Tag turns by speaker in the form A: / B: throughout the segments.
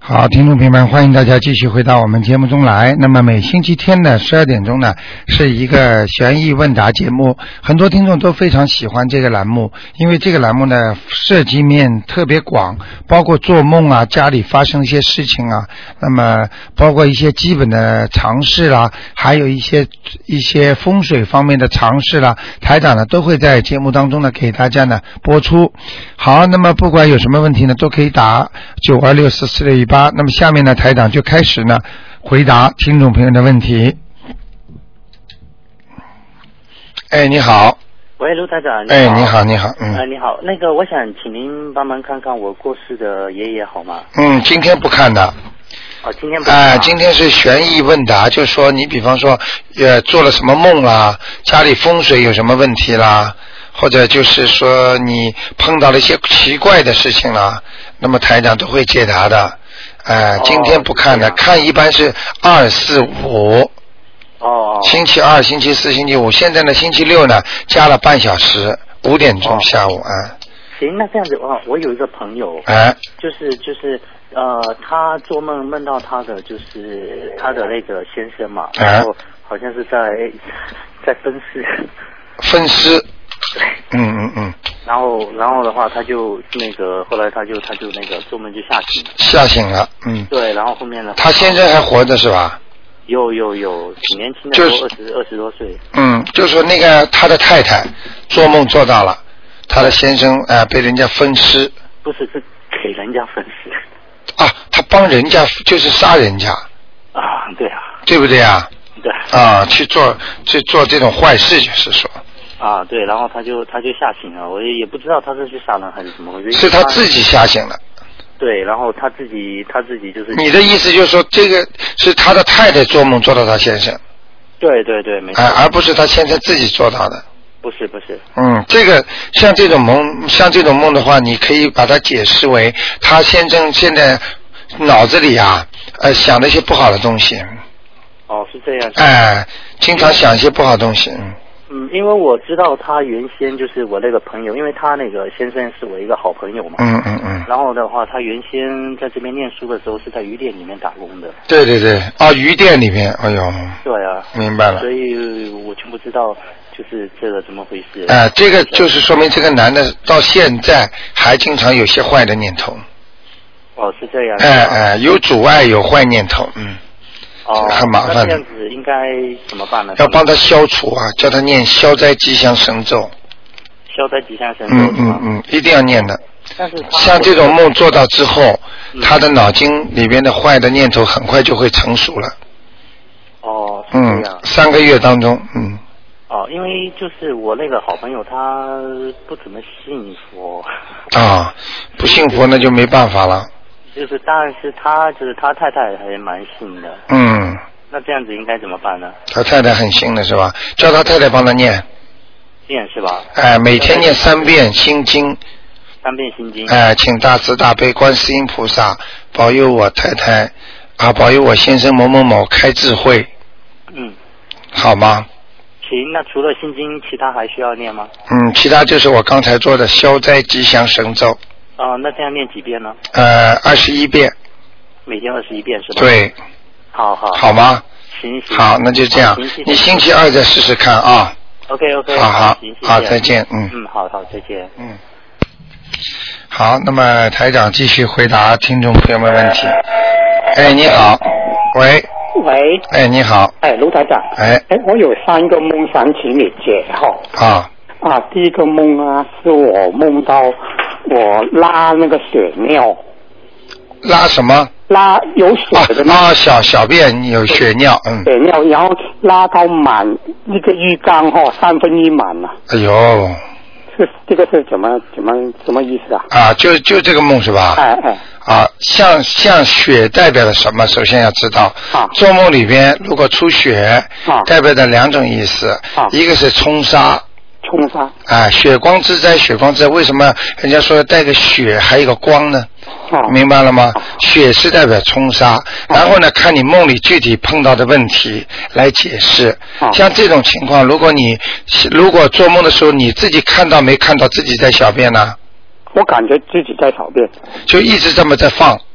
A: 好，听众朋友们，欢迎大家继续回到我们节目中来。那么每星期天的12点钟呢，是一个悬疑问答节目，很多听众都非常喜欢这个栏目，因为这个栏目呢涉及面特别广，包括做梦啊，家里发生一些事情啊，那么包括一些基本的常识啦，还有一些风水方面的常识啦，台长呢都会在节目当中呢给大家呢播出。好，那么不管有什么问题呢，都可以打926446188。那么下面呢，台长就开始呢回答听众朋友的问题。哎，你好。
B: 喂，卢台长。
A: 哎，你好，你好。
B: 你好，那个我想请您帮忙看看我过世的爷爷好吗？
A: 今天不看的。
B: 哦，今天不看。
A: 今天是悬疑问答，就说你比方说做了什么梦啦，家里风水有什么问题啦，或者就是说你碰到了一些奇怪的事情啦，那么台长都会解答的。今天不看的，看一般是2、4、5。
B: 哦。
A: 星期二、星期四、星期五，现在呢星期六呢加了半小时，5点钟下午啊。
B: 行，那这样子我有一个朋友，就是他做梦梦到他的就是他的那个先生嘛，然后好像是在分尸。分尸。 对。然后的话，他就那个后来他就那个做梦就吓醒了。对，然后后面呢？
A: 他先生还活着是吧？
B: 有，挺年轻的，就20多岁。
A: 就是说那个他的太太做梦做到了，他的先生被人家分尸。
B: 不是给人家分尸。
A: 啊，他帮人家就是杀人家。
B: 啊，对啊。
A: 对不对啊？
B: 对。
A: 啊，去做这种坏事，就是说。
B: 啊，对，然后他就吓醒了，我也不知道他是去杀人还是怎么回事。
A: 是他自己吓醒了。
B: 对，然后他自己就是。你
A: 的意思就是说，这个是他的太太做梦做到他先生。
B: 对，没错。
A: 而不是他先生自己做到的。
B: 不是。
A: 这个像这种梦的话，你可以把它解释为他先生现在脑子里想了一些不好的东西。
B: 哦，是这样。
A: 经常想一些不好的东西。
B: 因为我知道他原先就是我那个朋友，因为他那个先生是我一个好朋友嘛。然后的话，他原先在这边念书的时候是在鱼店里面打工的。对，
A: 鱼店里面，哎呦。
B: 对啊。明白了。所以我就不知道就是这个怎么回事。
A: 这个就是说明这个男的到现在还经常有些坏的念头。
B: 哦，是这样。
A: 有阻碍，有坏念头，很麻烦的。
B: 那这样子应该怎么办呢？
A: 要帮他消除叫他念消灾吉祥神咒。
B: 消灾吉祥神咒。
A: 一定要念的。
B: 但是
A: 像这种梦做到之后，他的脑筋里边的坏的念头很快就会成熟了。
B: 哦，是这样。
A: 3个月当中，
B: 因为就是我那个好朋友他不怎么信佛。
A: 不信佛那就没办法了。
B: 就是当然是他太太还蛮信的。那这样子应该怎么办呢？
A: 他太太很信的是吧？叫他太太帮他念
B: 是吧？
A: 每天念3遍心经。
B: 3遍心经。
A: 请大慈大悲观世音菩萨保佑我太太保佑我先生某某某开智慧。好吗？
B: 行，那除了心经其他还需要念吗？
A: 其他就是我刚才做的消灾吉祥神咒。
B: 那这样念几遍呢
A: ？21遍。
B: 每天21遍是吧？
A: 对。好吗？
B: 行。
A: 好，那就这样。你星期二再试试看啊。
B: OK。
A: 好，再见。
B: 好，再见。
A: 好，那么台长继续回答听众朋友们问题。你好。喂。你好。
C: 卢台长。我有3个梦想请你解第一个梦是我梦到我拉那个血尿。
A: 拉什么？
C: 拉有血的
A: 小便有血尿。
C: 血尿，然后拉到满一个浴缸1/3满了。
A: 哎呦。
C: 这个是什么意思
A: 就这个梦是吧？像血代表了什么？首先要知道，做梦里边如果出血，代表的2种意思，一个是冲杀。血光之灾，为什么人家说带个血还有一个光呢？明白了吗？血是代表冲杀，然后呢看你梦里具体碰到的问题来解释。像这种情况，如果做梦的时候你自己看到没看到自己在小便呢？
C: 我感觉自己在小便。
A: 就一直这么在放。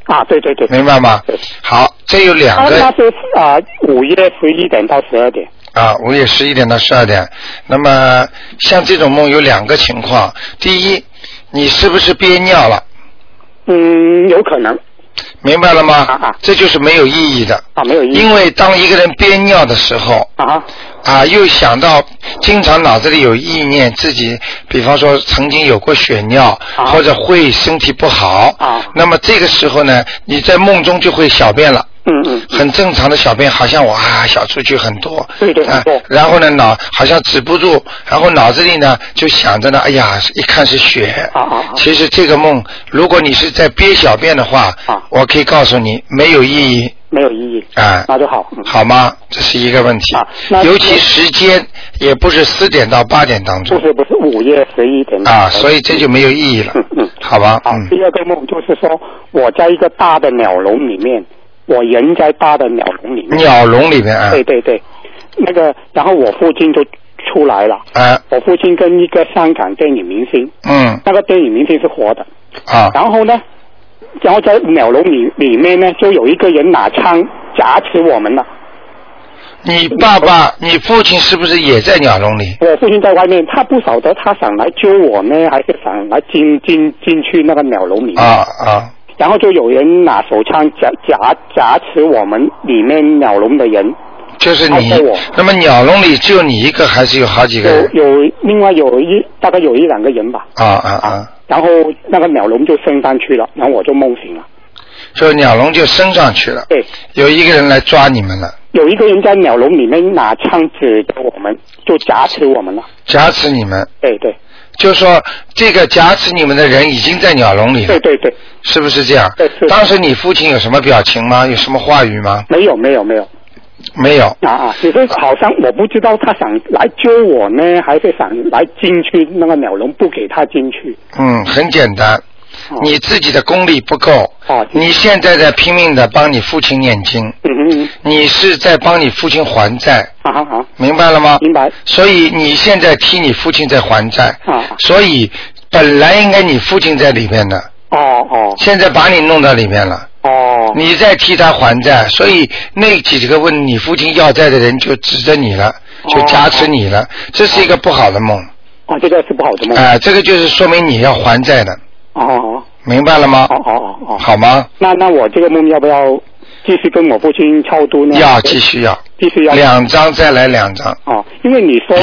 C: 啊，对对对，
A: 明白吗？好，这有两个。
C: 那是5月11点到12点。
A: 5月11点到12点。那么像这种梦有两个情况，第一，你是不是憋尿了？
C: 有可能。
A: 明白了吗？这就是没有意义的。
C: 没有意义。
A: 因为当一个人憋尿的时候，又想到经常脑子里有意念，自己比方说曾经有过血尿，或者会身体不好，那么这个时候呢，你在梦中就会小便了。很正常的小便，好像小出去很多。
C: 对对。
A: 然后呢，好像止不住，然后脑子里呢就想着呢，哎呀，一看是血。其实这个梦，如果你是在憋小便的话，我可以告诉你，没有意义。
C: 没有意义。那就好。
A: 好吗？这是一个问题。尤其时间也不是4点到8点当中。
C: 不是5月11点。
A: 所以这就没有意义了。好吧。
C: 第二个梦就是说，我在一个大的鸟笼里面。我人在大的鸟笼里面。
A: 鸟笼里面
C: 对对对，然后我父亲就出来了。我父亲跟一个香港电影明星。那个电影明星是活的。然后在鸟笼里面呢，就有一个人拿枪夹持我们了。
A: 你爸爸，你父亲是不是也在鸟笼里？
C: 我父亲在外面，他不晓得他想来救我呢，还是想来进去那个鸟笼里面。然后就有人拿手枪夹持我们里面鸟笼的人。
A: 就是你。那么鸟笼里只有你一个，还是有好几个人？
C: 另外大概有1-2个人吧。然后那个鸟笼就升上去了，然后我就梦醒了。
A: 就鸟笼就升上去了。
C: 对。
A: 有一个人来抓你们了。
C: 有一个人在鸟笼里面拿枪指着我们，就夹持我们了。
A: 夹持你们。
C: 对对。
A: 就是说，这个夹持你们的人已经在鸟笼里了。
C: 对对对。
A: 是不是这样？
C: 对。
A: 当时你父亲有什么表情吗？有什么话语吗？
C: 没有。
A: 没有。
C: 只是好像我不知道他想来救我呢，还是想来进去那个鸟笼不给他进去。
A: 很简单。你自己的功力不够。你现在在拼命的帮你父亲念经。你是在帮你父亲还债。明白了吗？
C: 明白。
A: 所以你现在替你父亲在还债。所以本来应该你父亲在里面的。现在把你弄到里面了。你在替他还债，所以那几个问你父亲要债的人就指着你了，就加持你了。这是一个不好的梦。
C: 这个是不好的梦。
A: 这个就是说明你要还债的。明白了吗？好吗？
C: 那我这个梦要不要继续跟我父亲超度呢？
A: 要继续要2张，再来2张。
C: 因为你说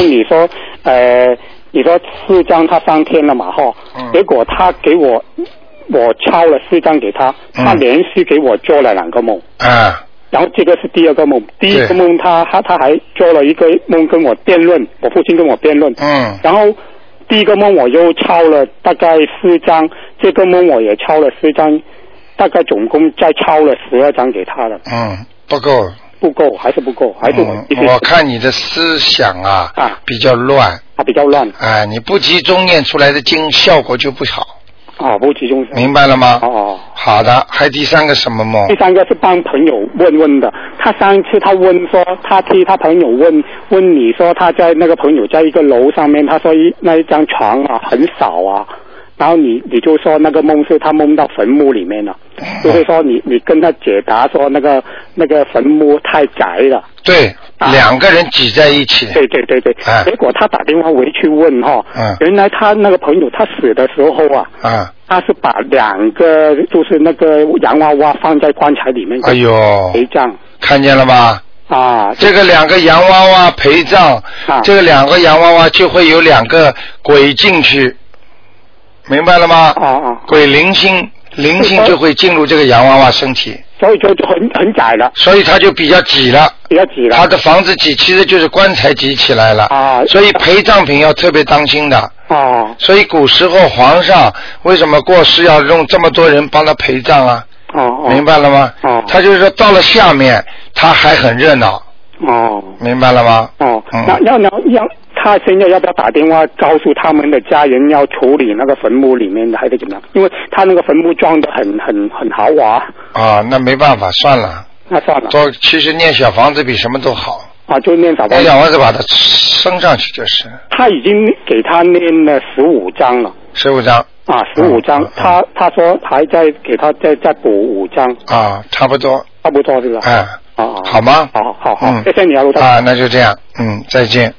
C: 4张他上天了嘛结果他给我抄了4张给他，他连续给我做了2个梦。然后这个是第二个梦，第一个梦他还做了一个梦跟我辩论，我父亲跟我辩论。然后第一个梦我又抄了大概4张，这个梦我也抄了4张，大概总共再抄了12张给他了。
A: 不够。
C: 还是不够，还是
A: 我看你的思想比较乱。
C: 比较乱。
A: 你不集中念出来的经效果就不好。
C: 不集中。
A: 明白了吗？好的。还第3个什么梦？
C: 第3个是帮朋友问的。他上次他问说，他替他朋友问你说，他在那个朋友在一个楼上面，他说那一张床很少然后你就说那个梦是他梦到坟墓里面了，就是说你跟他解答说那个坟墓太窄了。
A: 对，2个人挤在一起。
C: 对。结果他打电话回去问原来他那个朋友他死的时候他是把2个就是那个洋娃娃放在棺材里面。陪葬。
A: 看见了吧？这个2个洋娃娃陪葬，这个2个洋娃娃就会有2个鬼进去。明白了吗？鬼灵性就会进入这个洋娃娃身体，
C: 所以就很窄了，
A: 所以它就比较挤了。它的房子挤，其实就是棺材挤起来了。所以陪葬品要特别当心的。所以古时候皇上为什么过世要用这么多人帮他陪葬啊？明白了吗？他就是说到了下面他还很热闹。明白了吗？
C: 那要他现在要不要打电话告诉他们的家人要处理那个坟墓里面的，还是怎么样？因为他那个坟墓装得很豪华。
A: 那没办法，算了。
C: 那算了。
A: 其实念小房子比什么都好。
C: 就念小房子。
A: 念小房子把它升上去就是。
C: 他已经给他念了15张了。
A: 15张。
C: 啊，15张，他说还在给他再补5张。
A: 啊，差不多
C: 是吧？
A: 好吗？
C: 好，谢谢你啊，卢台长。
A: 啊，那就这样，再见。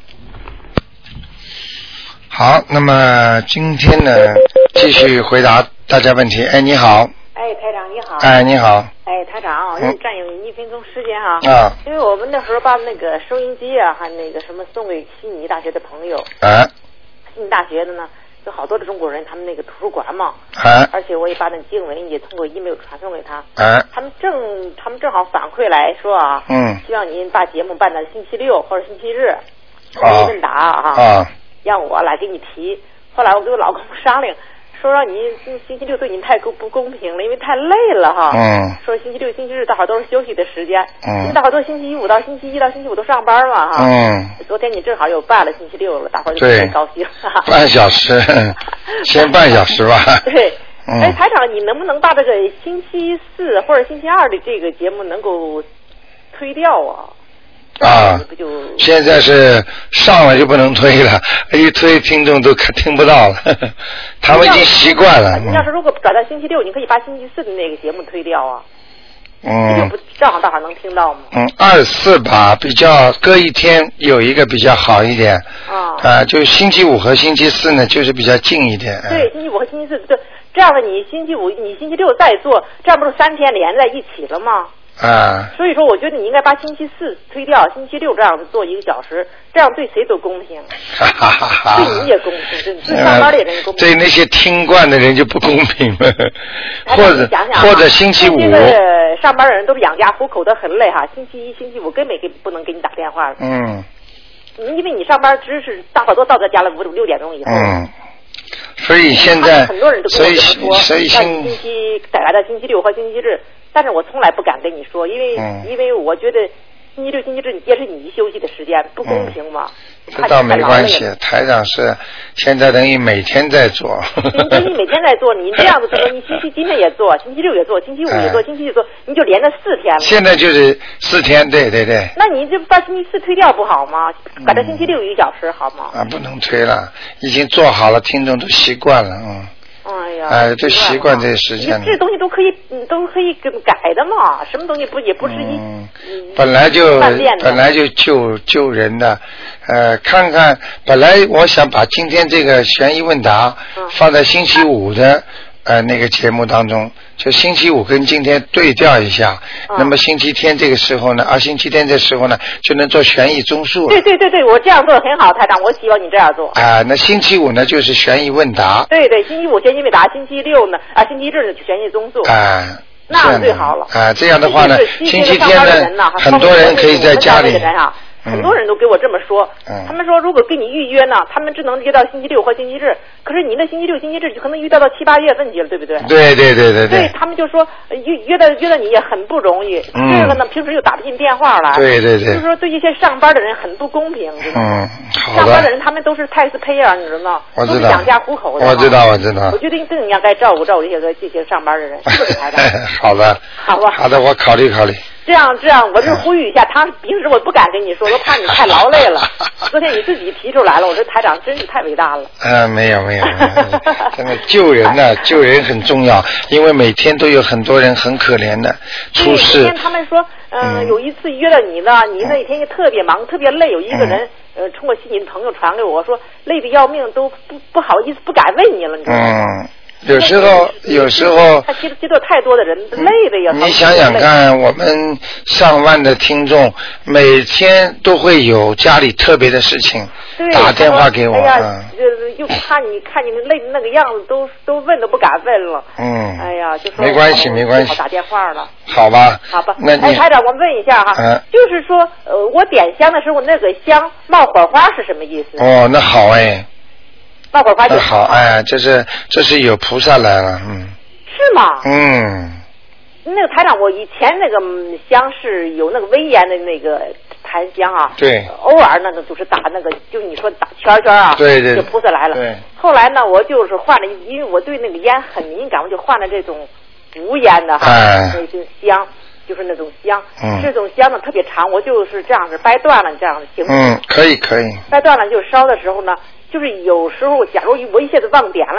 A: 好，那么今天呢，继续回答大家问题。哎，你好。
D: 哎，台长你好。
A: 哎，你好。
D: 哎，台长，让你占用1分钟时间啊。
A: 啊。
D: 因为我们那时候把那个收音机啊，还那个什么送给悉尼大学的朋友。悉尼大学的呢，有好多的中国人，他们那个图书馆嘛。而且我也把那经文也通过 email 传送给他。他们正好反馈来说啊。希望您把节目办到星期六或者星期日。问答啊。让我来给你提。后来我跟我老公商量。说让你星期六对你太不公平了，因为太累了哈。说星期六、星期日大伙都是休息的时间。因为大伙都星期五到星期一到星期五都上班嘛哈。昨天你正好又办了星期六了，大伙就特别高兴。
A: 半小时，先半小时吧。
D: 对。哎，台长，你能不能把这个星期四或者星期二的这个节目能够推掉啊？
A: 现在是上了就不能推了，一推听众都听不到了，他们已经习惯了。
D: 你要是如果转到星期六，你可以把星期四的那个节目推掉啊。就不正好大伙能听到吗
A: ？24吧，比较隔一天有一个比较好一点。就星期五和星期四呢，就是比较近一点。
D: 对，星期五和星期四，对，这样的你星期五、你星期六再做，这样不是3天连在一起了吗？所以说我觉得你应该把星期四推掉，星期六这样子做1个小时，这样对谁都公平。对你也公平，对上班的人公平。
A: 对那些听惯的人就不公平了。或者星期五。
D: 这个上班的人都是养家糊口的很累哈，星期一、星期五根本不能给你打电话了。因为你上班只是大伙都到这家了5-6点钟以后。
A: 所以现在
D: 很多人都跟我这么说，
A: 让
D: 星期改到星期六和星期日，但是我从来不敢跟你说，因为我觉得星期六、星期日也是你休息的时间，不公平嘛。
A: 这倒没关系，台长是现在等于每天在做。
D: 你每天在做，你这样子做，你今天也做，星期六也做，星期五也做，星期一做，你就连着4天了。
A: 现在就是4天，对。
D: 那你就把星期四推掉不好吗？改到星期六1个小时好吗？
A: 不能推了，已经做好了，听众都习惯了，
D: 哎呀，
A: 就习惯这时间了。
D: 这东西都可以改的嘛，什么东西也不是
A: 本来就救人的，看看，本来我想把今天这个悬疑问答放在星期五的那个节目当中，就星期五跟今天对调一下，那么星期天这个时候呢，星期天这时候呢就能做悬疑综述。
D: 对，我这样做很好，台长，我希望你这样做。
A: 那星期五呢就是悬疑问答。
D: 对，星期五悬疑问答，星期六呢星期日呢就悬疑综述。那最好了。
A: 这样的话呢，星期天呢，很多人可以在家里。
D: 很多人都给我这么说，他们说如果跟你预约呢，他们只能约到星期六或星期日，可是你那星期六、星期日就可能预到7、8月份去了，对不对？
A: 对。
D: 对，他们就说约到你也很不容易，这个呢平时又打不进电话来，
A: 对，
D: 就是说对一些上班的人很不公平，
A: 好的。
D: 上班的人他们都是taxpayer，你知道吗？
A: 我知道，
D: 都是养家糊口的。
A: 我知道。
D: 我觉得你更应该照顾这些上班的人，是不是台长？
A: 好的，
D: 好吧。
A: 好的，我考虑。
D: 这样，我就呼吁一下，平时我不敢跟你说，我怕你太劳累了。昨天你自己提出来了，我说台长真是太伟大了。
A: 没有，真的救人呢，救人很重要，因为每天都有很多人很可怜的出事。
D: 昨天他们说，有一次约了你呢，你那天也特别忙，特别累，有一个人通过悉尼的朋友传给我说，累得要命，都不好意思，不敢问你了，你知道吗？有时
A: 候
D: 他接触太多的人，累的呀。
A: 你想想看，我们上万的听众，每天都会有家里特别的事情，打电话给我。
D: 哎呀，又怕你看你累的那个样子，都问都不敢问了。哎呀，就说
A: 没关系，
D: 打电话了。
A: 好吧。
D: 那台长，我问一下哈，就是说我点香的时候，那个香冒火花是什么意思？
A: 那好哎。
D: 冒火花就
A: 好，这是有菩萨来了，
D: 是吗？那个台长，我以前那个香是有那个威严的那个檀香啊，
A: 对，
D: 偶尔那个就是打那个，就是你说打圈圈啊，
A: 对，
D: 就菩萨来了。
A: 对。
D: 后来呢，我就是换了，因为我对那个烟很敏感，我就换了这种无烟的那种香，就是那种香，这种香呢特别长，我就是这样子掰断了这样的形式。
A: 可以。
D: 掰断了就烧的时候呢。就是有时候，假如我一下子忘点了，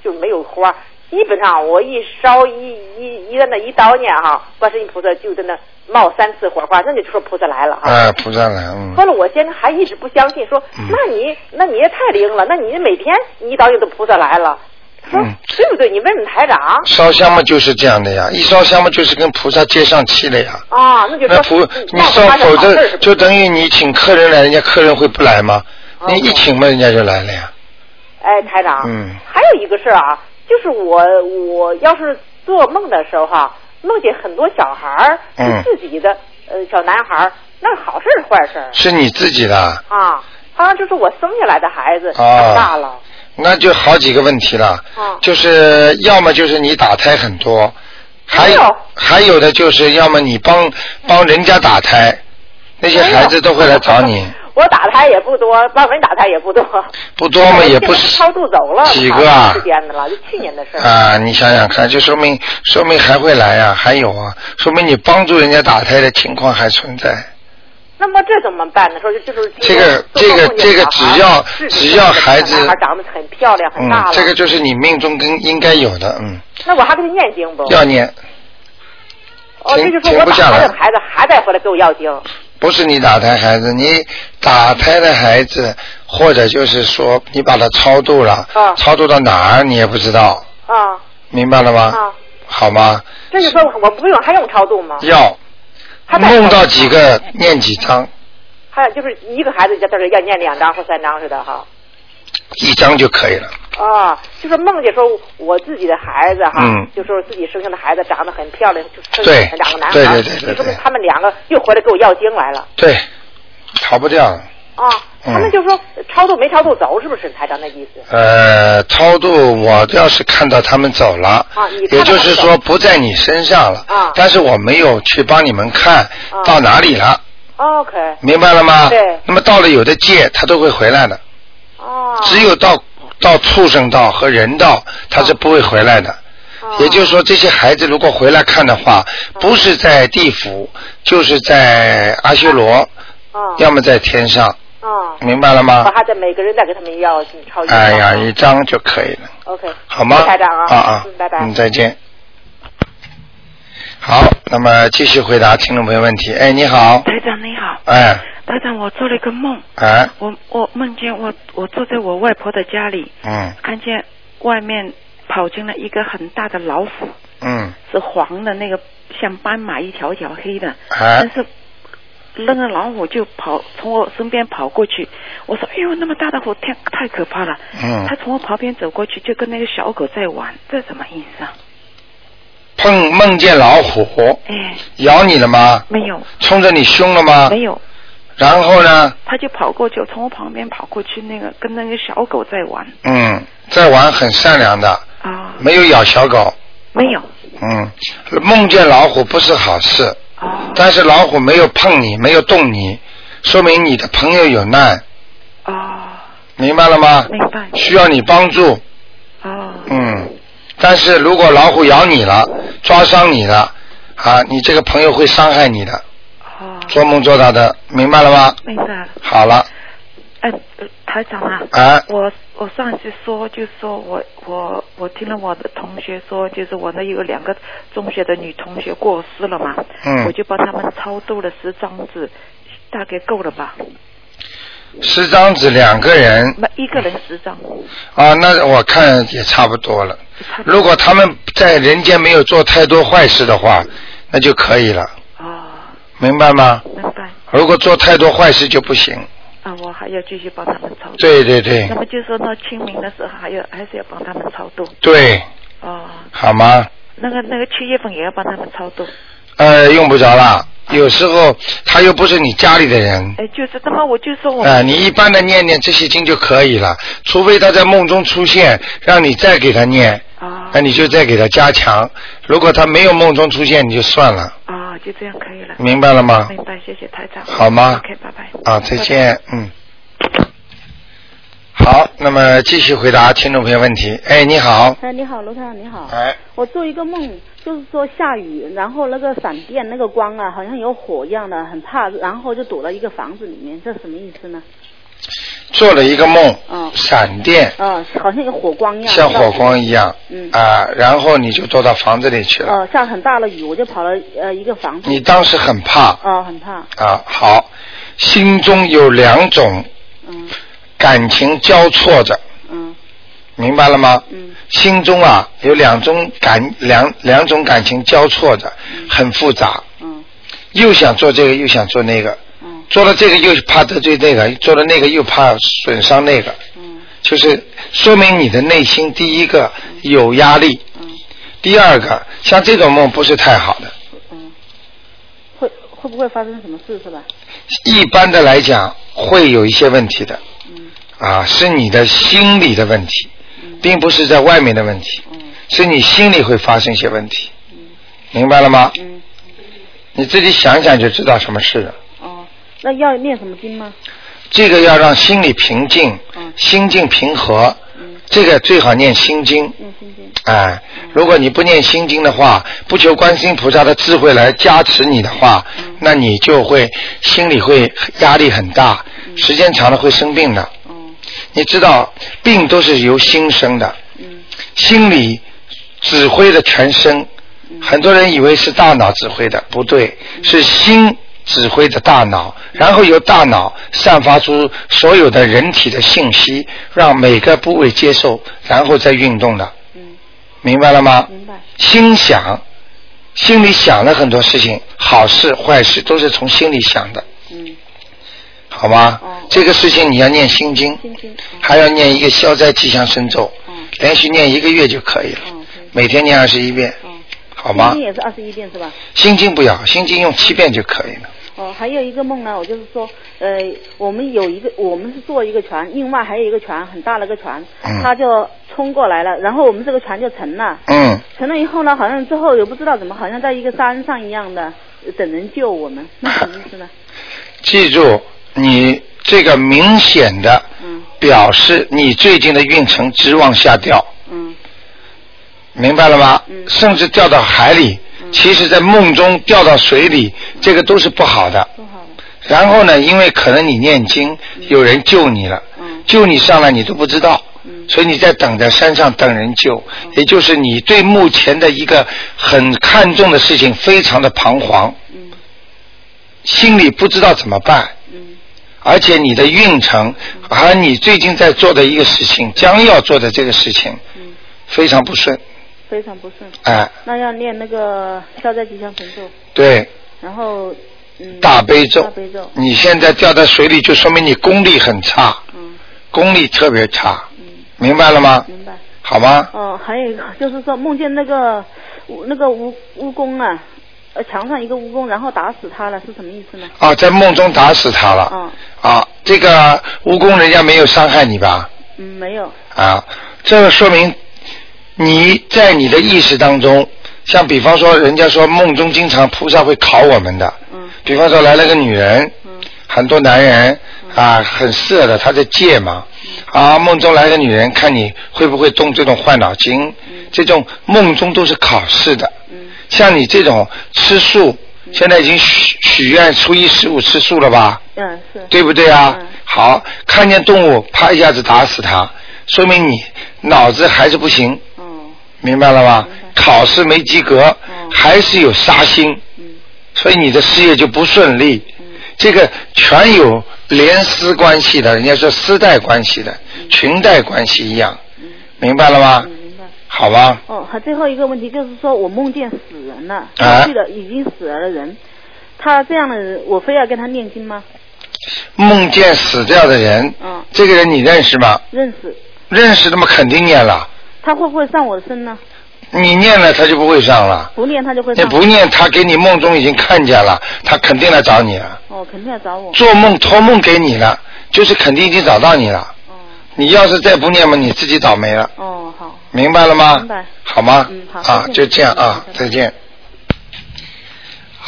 D: 就没有花。基本上我一烧一在那一叨念哈，观世音菩萨就在那冒3次火花，那就说菩萨来了哈。
A: 菩萨来。
D: 后来我现在还一直不相信，说那你也太灵了，那你每天一叨念都菩萨来了。说对不对？你问问台长。
A: 烧香嘛就是这样的呀，一烧香嘛就是跟菩萨接上气了呀。
D: 那就说
A: 你烧，否则就等于你请客人来，人家客人会不来吗？你一请嘛，人家就来了呀。
D: 台长。还有一个事啊，就是我要是做梦的时候哈，梦见很多小孩儿是自己的小男孩儿，那是好事是坏事？是
A: 你自己的。
D: 好像就是我生下来的孩子长大了。
A: 那就好几个问题了，就是要么就是你打胎很多，还有的就是要么你帮人家打胎，那些孩子都会来找你。
D: 我打胎也不多，帮人打胎也不多。
A: 不多嘛，也不是。
D: 超度走了
A: 几个啊？
D: 时间的了，就去年的事
A: 你想想看，就说明还会来啊，还有啊，说明你帮助人家打胎的情况还存在。
D: 那么这怎么办呢？说就是
A: 这个只要孩子
D: 长得很漂亮很大了，
A: 这个就是你命中应该有的，
D: 那我还给他念经不？
A: 要念。
D: 这就说我打胎的孩子还带回来给我要经。
A: 不是你打胎孩子，你打胎的孩子，或者就是说你把他超度了，超度到哪儿你也不知道。明白了吗？好吗？
D: 这就说我不用还用超度吗？
A: 要。梦到几个念几张？
D: 还有就是一个孩子在这要念2张或3张似的哈。
A: 1张就可以了。
D: 就是梦见说我自己的孩子哈，就说自己生下的孩子长得很漂亮，就生下2个男孩，
A: 对，
D: 说明他们2个又回来给我要经来了。
A: 对，逃不掉了。
D: 他们就说超度没超度走，是不是台长那意思？
A: 超度我要是看到他们走了，也就是说不在你身上了，但是我没有去帮你们看到哪里了。
D: OK。
A: 明白了吗？
D: 对。
A: 那么到了有的界，他都会回来的。只有到畜生道和人道，他是不会回来的。也就是说，这些孩子如果回来看的话，不是在地府，就是在阿修罗，要么在天上。明白了吗？
D: 我还得每个人再给他们要超度。
A: 1张就可以了。
D: OK。
A: 好吗？
D: 台长
A: 拜
D: 拜。
A: 再见。好，那么继续回答听众朋友问题。你好。
E: 台长你好。台长，我做了一个梦。我梦见我坐在我外婆的家里。看见外面跑进了一个很大的老虎。是黄的那个，像斑马一条条黑的。但是那个老虎就从我身边跑过去，我说哎呦那么大的虎太可怕了。他从我旁边走过去，就跟那个小狗在玩，这什么意思啊？
A: 梦见老虎咬你了吗？
E: 没有。
A: 冲着你凶了吗？
E: 没有。
A: 然后呢？
E: 他就跑过去，从我旁边跑过去，跟那个小狗在玩。
A: 在玩，很善良的。没有咬小狗。
E: 没有。
A: 梦见老虎不是好事。但是老虎没有碰你，没有动你，说明你的朋友有难。明白了吗？
E: 明白。
A: 需要你帮助。但是如果老虎咬你了，抓伤你了，你这个朋友会伤害你的。做梦做到的，明白了吗？
E: 明白了。
A: 好了。
E: 台长我上次说就说我听了我的同学说，就是我那有2个中学的女同学过世了嘛，我就帮他们超度了10张纸，大概够了吧
A: ？10张纸2个人
E: ，1个人10张。
A: 那我看也差不多了。如果他们在人间没有做太多坏事的话，那就可以了。明白吗？
E: 明白。
A: 如果做太多坏事就不行。
E: 我还要继续帮他们超度。
A: 对对对。
E: 那么就说到清明的时候，还是要帮他们超度。
A: 对。好吗？
E: 那个7月份也要帮他们超度。
A: 用不着了。有时候他又不是你家里的人。
E: 就是那么我就说
A: 你一般的念这些经就可以了，除非他在梦中出现，让你再给他念。那你就再给他加强。如果他没有梦中出现，你就算了。
E: 就这样可以了。
A: 明白了吗？
E: 明白，谢谢台长。
A: 好吗
E: ？OK， 拜拜。
A: 再见。好，那么继续回答听众朋友问题。你好。
F: 你好，罗台长，你好。我做一个梦，就是说下雨，然后那个闪电那个光好像有火一样的，很怕，然后就躲到一个房子里面，这什么意思呢？
A: 做了一个梦，闪电，
F: 好像有火光一样，
A: 像火光一样，然后你就躲到房子里去了。
F: 下很大的雨，我就跑了一个房子。
A: 你当时很怕？
F: 很怕。
A: 好，心中有2种，感情交错着，明白了吗？心中有两种感情交错着，很复杂，又想做这个，又想做那个。做了这个又怕得罪那个，做了那个又怕损伤那个，就是说明你的内心第一个有压力，第二个像这种梦不是太好的，
F: 会不会发生什么事是吧？
A: 一般的来讲会有一些问题的，是你的心理的问题，并不是在外面的问题，是你心里会发生一些问题，明白了吗？你自己想想就知道什么事了。
F: 那要念什么经吗？
A: 这个要让心里平静，心境平和，这个最好念心经。
F: 念心经。
A: 如果你不念心经的话，不求观世音菩萨的智慧来加持你的话，那你就会心里会压力很大，时间长了会生病的。你知道病都是由心生的，心里指挥的全身，很多人以为是大脑指挥的，不对，是心指挥的大脑，然后由大脑散发出所有的人体的信息，让每个部位接受，然后再运动的。明白了吗？
F: 明白。
A: 心想，心里想了很多事情，好事坏事都是从心里想的。好吗？这个事情你要念心经，还要念一个消灾吉祥神咒，连续念1个月就可以了，每天念21遍。好吗？
F: 心经也是21遍是吧？
A: 心经不要，心经用7遍就可以了。
F: 还有一个梦呢，我就是说，我们是坐一个船，另外还有一个船，很大的一个船，它就冲过来了，然后我们这个船就沉了。沉了以后呢，好像之后也不知道怎么，好像在一个山上一样的，等人救我们，那什么意思呢？
A: 记住，你这个明显的表示你最近的运程直往下掉。明白了吗？甚至掉到海里，其实在梦中掉到水里，这个都是不好的。然后呢，因为可能你念经，有人救你了，救你上来你都不知道，所以你在等在山上等人救，也就是你对目前的一个很看重的事情非常的彷徨，心里不知道怎么办，而且你的运程和你最近在做的一个事情，将要做的这个事情，非常不顺。
F: 非常不顺。那要念那个消灾吉祥神咒。对。然后
A: 大悲咒。你现在掉在水里，就说明你功力很差。功力特别差。明白了吗？
F: 明白。
A: 好吗？
F: 还有一个就是说，梦见那个蜈蚣啊，墙上一个蜈蚣，然后打死他了，是什么意思呢？
A: 在梦中打死他了。这个蜈蚣人家没有伤害你吧？
F: 没有。
A: 这个说明。你在你的意识当中，像比方说人家说梦中经常菩萨会考我们的，比方说来了个女人，很多男人很色的，他在戒嘛，梦中来个女人，看你会不会动这种坏脑筋，这种梦中都是考试的。像你这种吃素，现在已经许愿初一15吃素了吧？
F: 是。
A: 对不对啊？好，看见动物啪一下子打死它，说明你脑子还是不行。明白了吗？考试没及格，还是有杀心，所以你的事业就不顺利。这个全有连丝关系的，人家说丝带关系的，裙带关系一样，明白了吗？
F: 明白。
A: 好吧。
F: 还最后一个问题就是说，我梦见死人了，记得已经死了的人，他这样的人，我非要跟他念经吗？
A: 梦见死掉的人，这个人你认识吗？
F: 认识。
A: 认识，那么肯定念了。
F: 他会不会上我的身呢？
A: 你念了他就不会上了。
F: 不念他就会上。
A: 你不念他给你梦中已经看见了，他肯定来找你了。
F: 肯定来找我。
A: 做梦托梦给你了，就是肯定已经找到你了。你要是再不念嘛，你自己倒霉了。
F: 好。
A: 明白了吗？
F: 明白。
A: 好吗？
F: 好。
A: 就这样啊，再见。好。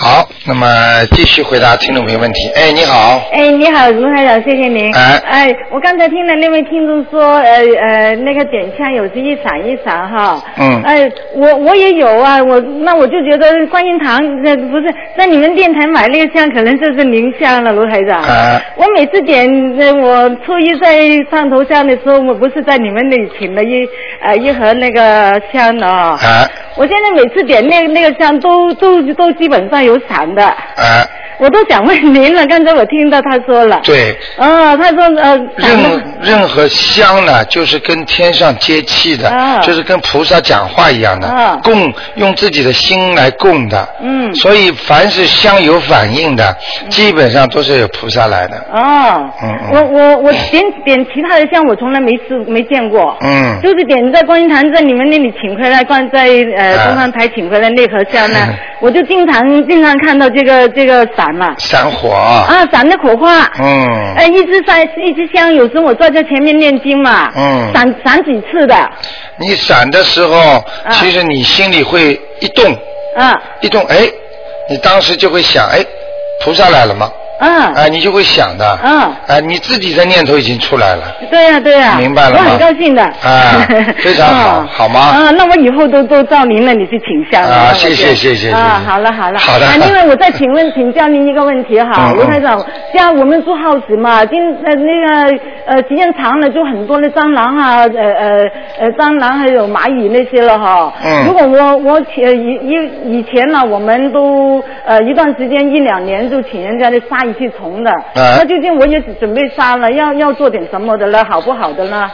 A: 好，那么继续回答听众朋友问题。哎，你好。
G: 哎，你好，卢台长，谢谢您。哎，我刚才听了那位听众说，那个点香有时一闪一闪哈。哎，我也有啊，我就觉得观音堂不是在你们电台买那个香，可能就是您香了，卢台长。我每次点我初一在上头香的时候，我不是在你们那里请了一盒那个香的啊。我现在每次点那个香都基本上有闪的。我都想问您了，刚才我听到他说了。
A: 对。
G: 他说
A: 任何香呢，就是跟天上接气的，就是跟菩萨讲话一样的，供用自己的心来供的。所以凡是香有反应的，基本上都是有菩萨来的。
G: 我点其他的香，我从来没见过。就是点在观音堂在你们那里请回来，放在东方台请回来那盒香呢，我就经常看到这个
A: 闪火
G: 闪的火花。一支香，有时候我坐在前面念经嘛。闪几次的。
A: 你闪的时候，其实你心里会一动。一动，哎，你当时就会想，哎，菩萨来了吗？你就会想的。你自己的念头已经出来了。
G: 对呀。
A: 明白了吗？
G: 我很高兴的。
A: 非常好，好吗？
G: 那我以后都照您了，你去请香。
A: 谢谢。
G: 好了。
A: 好的。
G: 另外我再请教您一个问题哈，卢台长，像我们住 house 嘛，时间长了就很多的蟑螂啊，蟑螂还有蚂蚁那些了哈。如果我以前呢，我们都一段时间1-2年就请人家来杀一些虫的。那最近我也准备杀了，要做点什么的了，好不好的呢？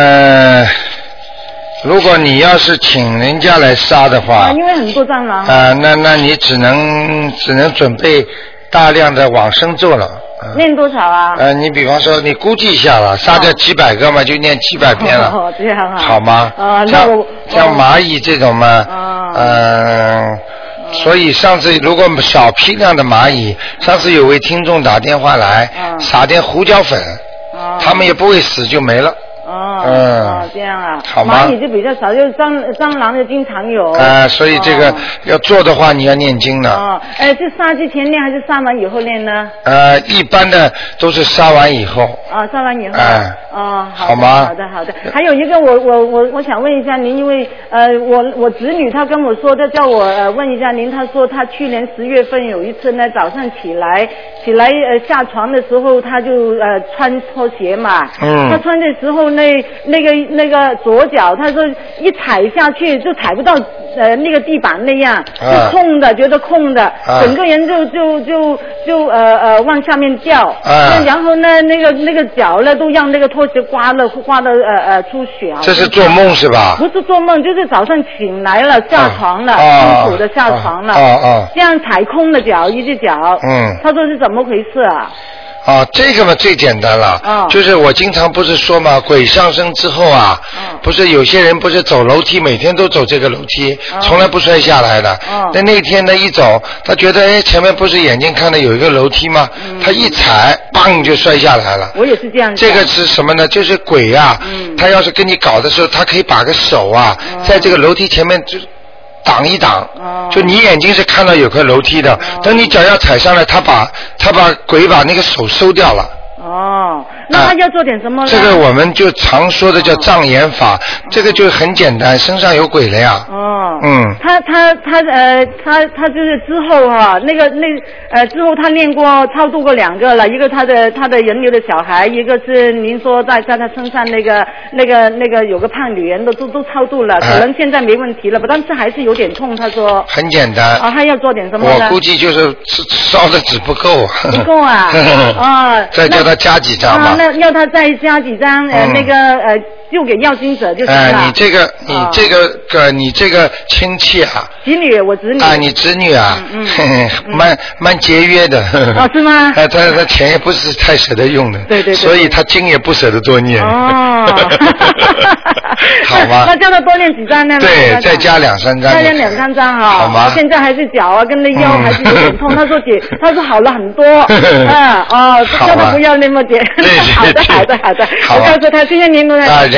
A: 如果你要是请人家来杀的话，
G: 因为很多蟑螂。
A: 那你只能准备大量的往生咒了。
G: 念多少啊？
A: 你比方说，你估计一下了，杀掉几百个嘛，就念几百遍了。
G: 这样啊。
A: 好吗？像蚂蚁这种嘛，所以上次如果少批量的蚂蚁，上次有位听众打电话来，撒点胡椒粉，他们也不会死，就没了。
G: 这样啊。
A: 好吗？
G: 蚂蚁就比较少，就是蟑螂就经常有。
A: 所以这个要做的话，你要念经的。
G: 是杀之前念还是杀完以后念呢？
A: 一般的都是杀完以后。
G: 杀完以后。
A: 好吗？
G: 好的。还有一个，我想问一下您，因为我侄女她跟我说，她叫我问一下您，她说她去年10月份有一次呢，早上起来下床的时候，她就穿拖鞋嘛。她穿的时候那个左脚，她说一踩下去就踩不到那个地板那样，就空的，觉得空的，整个人就往下面掉。然后呢那个脚呢都让那个拖鞋刮的出血。
A: 这是做梦是吧？
G: 不是做梦，就是早上醒来了，下床了，辛苦的下床了，这样踩空了脚，一只脚。他说是怎么回事啊？
A: 这个嘛最简单了，就是我经常不是说嘛，鬼上身之后啊，不是有些人不是走楼梯，每天都走这个楼梯，从来不摔下来的。那天呢一走，他觉得前面不是眼睛看到有一个楼梯吗？他一踩，砰就摔下来了。
G: 我也是这样。
A: 这个是什么呢？就是鬼啊，他要是跟你搞的时候，他可以把个手啊，在这个楼梯前面就挡一挡，就你眼睛是看到有个楼梯的，等你脚要踩上来，他把鬼把那个手收掉了。
G: 那他要做点什么呢？
A: 这个我们就常说的叫障眼法，这个就很简单，身上有鬼了呀。
G: 他就是之后哈，之后他念过超度过2个了，一个他的人流的小孩，一个是您说在他身上那个有个胖女人都超度了，可能现在没问题了，但是还是有点痛。他说
A: 很简单。
G: 他要做点什么呢？
A: 我估计就是烧的纸不够。
G: 不够啊。
A: 再叫他加几张吧。
G: 那要他再加几张就给要经者就行了。
A: 你这个亲戚啊。
G: 侄女，我侄女。
A: 你侄女啊，蛮节约的。
G: 是吗？
A: 他钱也不是太舍得用的。
G: 对。
A: 所以他经也不舍得多念。好吗？
G: 那叫他多念几张呢？
A: 对，再加2-3张。
G: 再加2-3张哈。
A: 好吗？
G: 现在还是脚啊，跟那腰还是有点痛。他说他说好了很多。叫他不要那么点。
A: 对。
G: 好的。我告诉他，谢谢您，卢台长。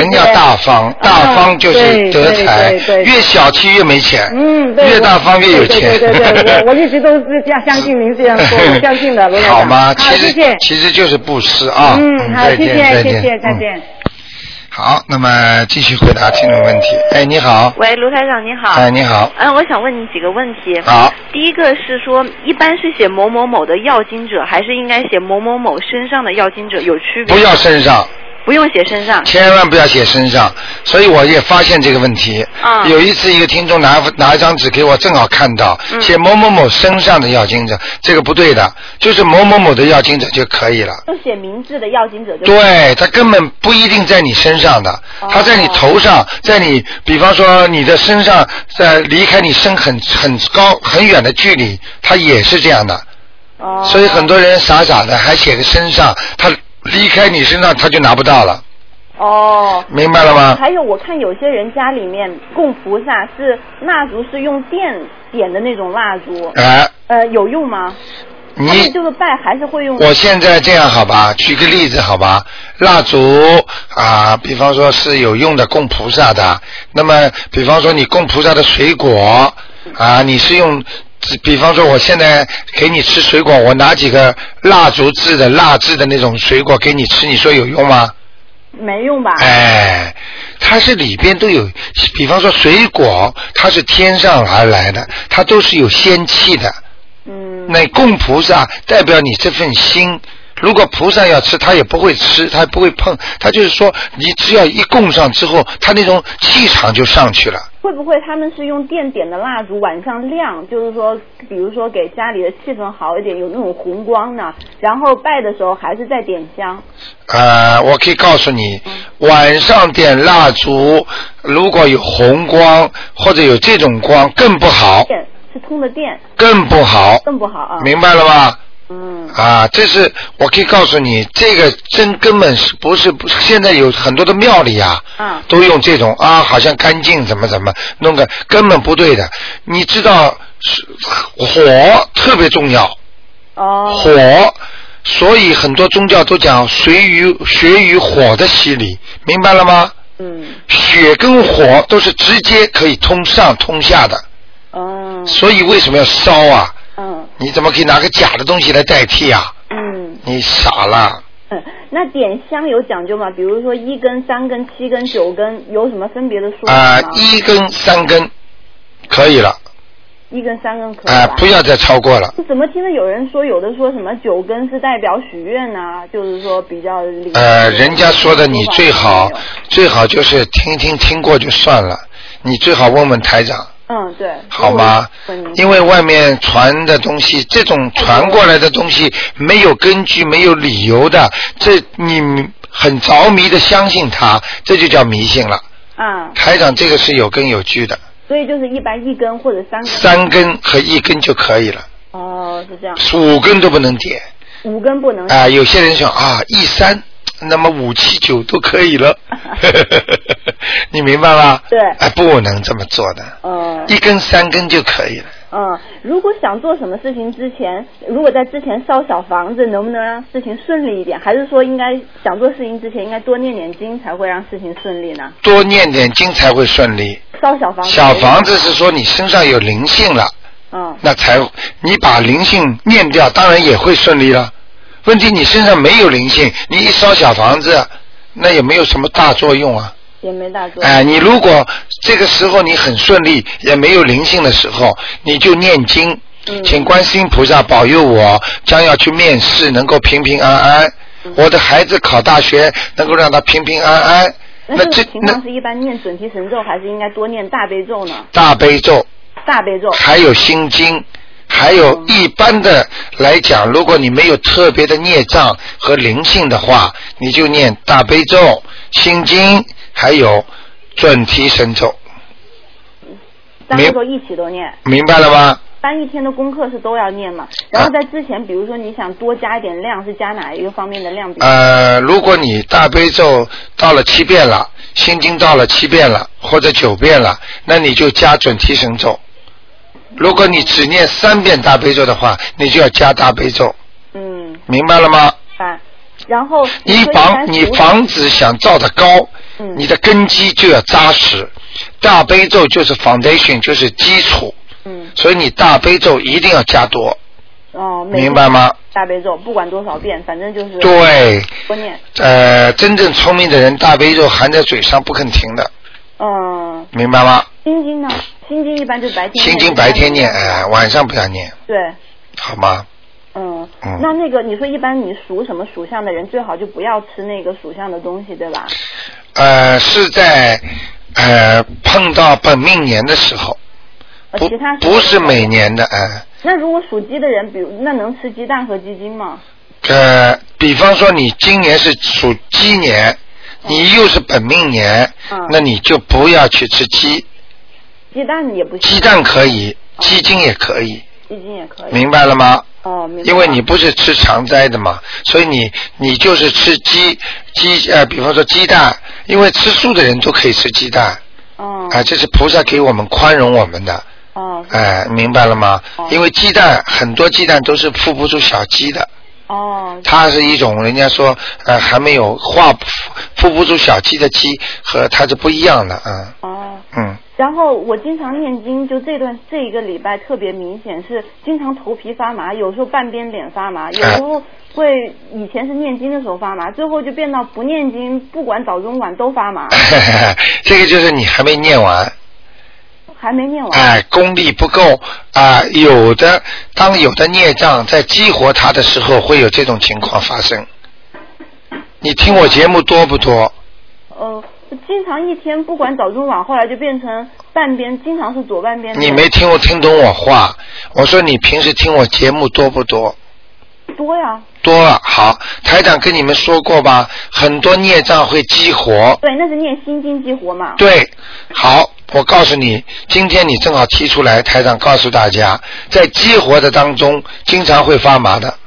A: 人要大方，大方就是得财，越小气越没钱，越大方越有钱。
G: 对，我一直都是这样相信您这样说，我相信的，罗台长。
A: 好吗？其实就是布施啊。
G: 好，谢谢，再见。
A: 好，那么继续回答听众问题。哎，你好。
H: 喂，卢台长，你好。
A: 哎，你好。
H: 我想问你几个问题。
A: 好。
H: 第一个是说，一般是写某某某的要经者，还是应该写某某某身上的要经者，有区别？
A: 不要身上。
H: 不用写身上，
A: 千万不要写身上。所以我也发现这个问题。有一次一个听众拿一张纸给我，正好看到写某某某身上的要经者，这个不对的，就是某某某的要经者就可以了。
H: 就写名字的要经者就。
A: 对，他根本不一定在你身上的，他在你头上，在你，比方说你的身上，在离开你身很高很远的距离，他也是这样的。所以很多人傻傻的还写个身上，他离开你身上他就拿不到了。明白了吗？
H: 还有我看有些人家里面供菩萨是蜡烛是用电点的那种蜡烛，有用吗？你就是拜还是会用？
A: 我现在这样好吧，举个例子好吧，蜡烛比方说是有用的供菩萨的，那么比方说你供菩萨的水果你是用。比方说我现在给你吃水果，我拿几个蜡烛制的蜡制的那种水果给你吃，你说有用吗？
H: 没用吧。
A: 它是里边都有，比方说水果它是天上而来的，它都是有仙气的。那供菩萨代表你这份心，如果菩萨要吃他也不会吃，他也不会碰，他就是说你只要一供上之后，他那种气场就上去了。
H: 会不会他们是用电点的蜡烛晚上亮，就是说比如说给家里的气氛好一点，有那种红光呢，然后拜的时候还是在点香？
A: 我可以告诉你，晚上点蜡烛如果有红光或者有这种光更不好。
H: 电是通的电
A: 更不好。明白了吗？这是我可以告诉你，这个根本是不是现在有很多的庙里都用这种好像干净怎么弄个根本不对的。你知道火特别重要，火，所以很多宗教都讲学于火的洗礼，明白了吗？血跟火都是直接可以通上通下的。所以为什么要烧你怎么可以拿个假的东西来代替你傻了。
H: 那点香有讲究吗？比如说1根、3根、7根、9根，有什么分别的说法吗
A: ？1根、3根可以了。
H: 1根、3根可以了。
A: 不要再超过了。
H: 怎么听着有人说，有的说什么9根是代表许愿就是说比较
A: 人家说的你最好就是听过就算了，你最好问问台长。
H: 对，
A: 好吗？因为外面传的东西，这种传过来的东西没有根据、没有理由的，这你很着迷的相信它，这就叫迷信了。台长这个是有根有据的。
H: 所以就是一般1根或者3根。
A: 3根和1根就可以了。
H: 是这样。
A: 5根都不能点。
H: 5根不能。
A: 有些人说1、3。那么5、7、9都可以了。你明白吗？
H: 对。
A: 不能这么做的。1根3根就可以了。
H: 如果想做什么事情之前，如果在之前烧小房子，能不能让事情顺利一点？还是说应该想做事情之前应该多念点经才会让事情顺利呢？
A: 多念点经才会顺利。
H: 烧小房子。
A: 小房子是说你身上有灵性了。那才你把灵性念掉，当然也会顺利了。问题你身上没有灵性，你一烧小房子，那也没有什么大作用
H: 也没大作用。
A: 你如果这个时候你很顺利，也没有灵性的时候，你就念经，请观世音菩萨保佑我将要去面试能够平平安安，我的孩子考大学能够让他平平安安。
H: 那这情况是一般念准提神咒，还是应该多念大悲咒呢？
A: 大悲咒。还有心经。还有一般的来讲，如果你没有特别的孽障和灵性的话，你就念大悲咒、心经，还有准提神咒。
H: 3个都一起都念。
A: 明白了吗？
H: 搬一天的功课是都要念嘛？然后在之前，比如说你想多加一点量，是加哪一个方面的量？
A: 如果你大悲咒到了7遍了，心经到了7遍了，或者9遍了，那你就加准提神咒。如果你只念3遍大悲咒的话，你就要加大悲咒。明白了吗？
H: 然后
A: 你房子想造得高，你的根基就要扎实。大悲咒就是 foundation， 就是基础。所以你大悲咒一定要加多。明白吗？
H: 大悲咒不管多少遍，反正就是
A: 对。
H: 多念。
A: 真正聪明的人，大悲咒含在嘴上不肯停的。明白吗？
H: 心经呢？心经一般就白天念。
A: 心经白天念，晚上不要念。
H: 对。
A: 好吗？
H: 那个你说一般你属什么属相的人最好就不要吃那个属相的东西，对吧？
A: 是在碰到本命年的时候。不是每年的。
H: 那如果属鸡的人，比如那能吃鸡蛋和鸡精吗？
A: 比方说你今年是属鸡年，你又是本命年，那你就不要去吃鸡。
H: 鸡蛋也不行。鸡
A: 蛋可以，鸡精也可以。
H: 鸡精也可以。
A: 明白了吗？
H: 明白。
A: 因为你不是吃常斋的嘛，所以你就是吃鸡比方说鸡蛋，因为吃素的人都可以吃鸡蛋。这是菩萨给我们宽容我们的。明白了吗？因为鸡蛋很多鸡蛋都是孵不出小鸡的。它是一种人家说还没有孵不出小鸡的鸡，和它是不一样的。
H: 然后我经常念经，就这一个礼拜特别明显，是经常头皮发麻，有时候半边脸发麻，有时候会以前是念经的时候发麻，最后就变到不念经，不管早中晚都发麻。
A: 这个就是你还没念完。
H: 还没念完。
A: 功力不够当有的孽障在激活它的时候，会有这种情况发生。你听我节目多不多？
H: 经常一天不管早中晚，后来就变成半边，经常是左半边。
A: 你没听懂我话？我说你平时听我节目多不多？
H: 多呀。
A: 多了。好，台长跟你们说过吧，很多孽障会激活。
H: 对，那是念心经激活嘛。
A: 对。好，我告诉你，今天你正好提出来，台长告诉大家，在激活的当中经常会发麻的。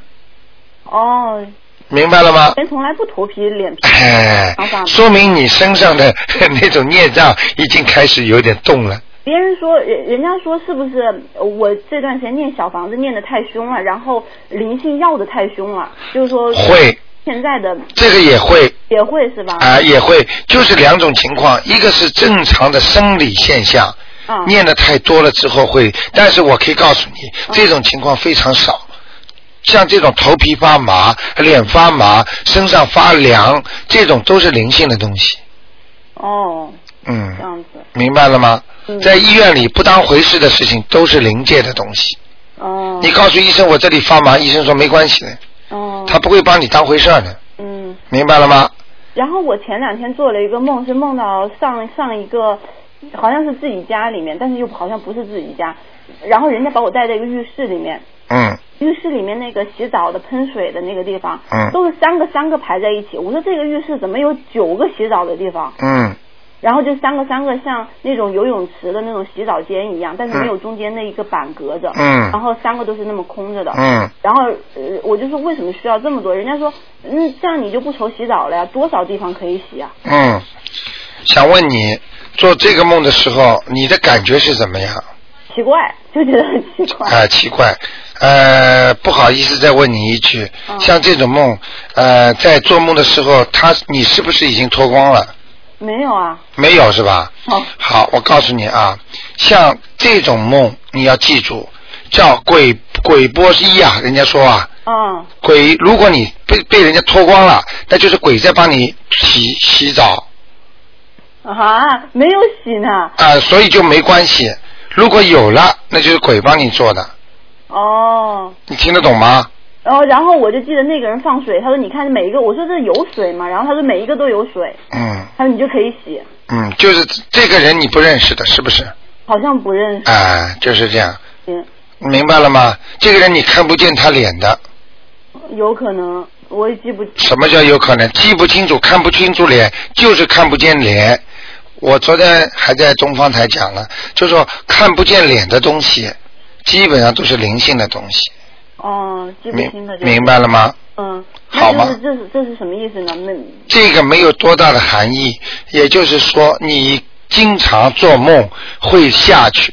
A: 明白了吗？
H: 人从来不头皮脸皮。
A: 说明你身上的那种孽障已经开始有点动了。
H: 别人说，人家说是不是我这段时间念小房子念得太凶了，然后灵性要得太凶了，就是说
A: 会。
H: 现在的
A: 这个也会
H: 是吧？
A: 也会，就是两种情况，一个是正常的生理现象，念得太多了之后会，但是我可以告诉你，这种情况非常少。像这种头皮发麻、脸发麻、身上发凉，这种都是灵性的东西。
H: 这样子。
A: 明白了吗？在医院里不当回事的事情都是灵界的东西。你告诉医生我这里发麻，医生说没关系的。他不会帮你当回事的。明白了吗？
H: 然后我前2天做了一个梦，是梦到上一个好像是自己家里面，但是又好像不是自己家，然后人家把我带在一个浴室里面。浴室里面那个洗澡的喷水的那个地方，都是三个排在一起。我说这个浴室怎么有9个洗澡的地方？然后就三个像那种游泳池的那种洗澡间一样，但是没有中间那一个板隔着。然后3个都是那么空着的。然后我就说为什么需要这么多？人家说这样你就不愁洗澡了呀，多少地方可以洗啊？
A: 想问你做这个梦的时候，你的感觉是怎么样？
H: 奇怪，就觉得很奇怪。
A: 奇怪。不好意思再问你一句，像这种梦，在做梦的时候，你是不是已经脱光了？
H: 没有啊。
A: 没有是吧？好，我告诉你啊，像这种梦你要记住，叫鬼波一啊，人家说啊。鬼，如果你被人家脱光了，那就是鬼在帮你洗澡。
H: 没有洗呢。
A: 所以就没关系。如果有了，那就是鬼帮你做的。你听得懂吗？
H: 然后我就记得那个人放水，他说你看每一个，我说这有水吗？然后他说每一个都有水。他说你就可以洗。
A: 就是这个人你不认识的是不是？
H: 好像不认识。
A: 就是这样。明白了吗？这个人你看不见他脸的。
H: 有可能，我也记不清。
A: 什么叫有可能？记不清楚，看不清楚脸，就是看不见脸。我昨天还在东方台讲了，就是说看不见脸的东西基本上都是灵性的东西。
H: 记不清的。
A: 明白了吗？好吗？
H: 这是什么意思呢？
A: 这个没有多大的含义，也就是说你经常做梦会下去。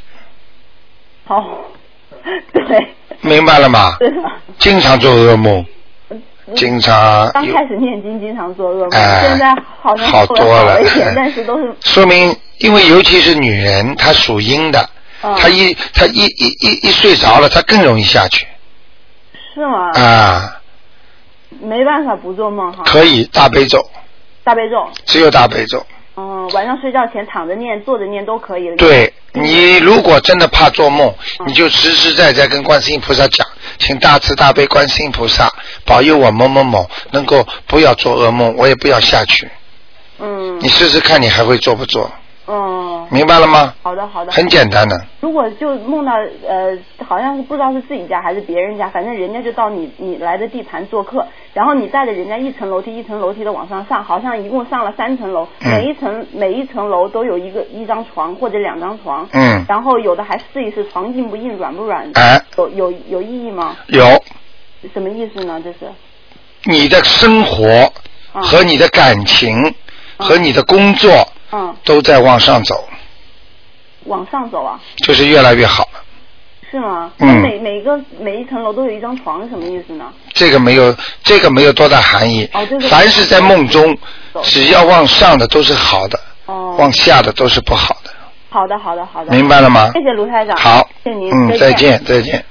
H: 对。
A: 明白了吗？
H: 对的。
A: 经常做噩梦。 经常
H: 刚开始念经经常做噩梦，现在好像
A: 好多了
H: 一点，但是都是
A: 说明，因为尤其是女人，她属阴的，她一睡着了，她更容易下去。
H: 是吗？
A: 啊，
H: 没办法不做梦哈。
A: 可以大悲咒。
H: 大悲咒。
A: 只有大悲咒。
H: 晚上睡觉前躺着念、坐着念都可以。
A: 对，你如果真的怕做梦，你就实实在在跟观世音菩萨讲，请大慈大悲观世音菩萨保佑我某某某能够不要做噩梦，我也不要下去。你试试看，你还会做不做？明白了吗？
H: 好的好的。
A: 很简单的。
H: 如果就梦到好像不知道是自己家还是别人家，反正人家就到你来的地盘做客，然后你带着人家一层楼梯一层楼梯的往上上，好像一共上了3层楼，每一层楼都有一张床或者2张床，然后有的还试一试床硬不硬软不软，有意义吗？
A: 有。
H: 什么意思呢？这是
A: 你的生活和你的感情和你的工作都在往上走。
H: 往上走啊？
A: 就是越来越好了。
H: 是吗？每一层楼都有一张床是什么意思呢？
A: 这个没有多大含义。凡是在梦中，只要往上的都是好的，往下的都是不好的。
H: 好的好的好的。
A: 明白了吗？
H: 谢谢卢台长。
A: 好。
H: 谢谢您。
A: 再见再见。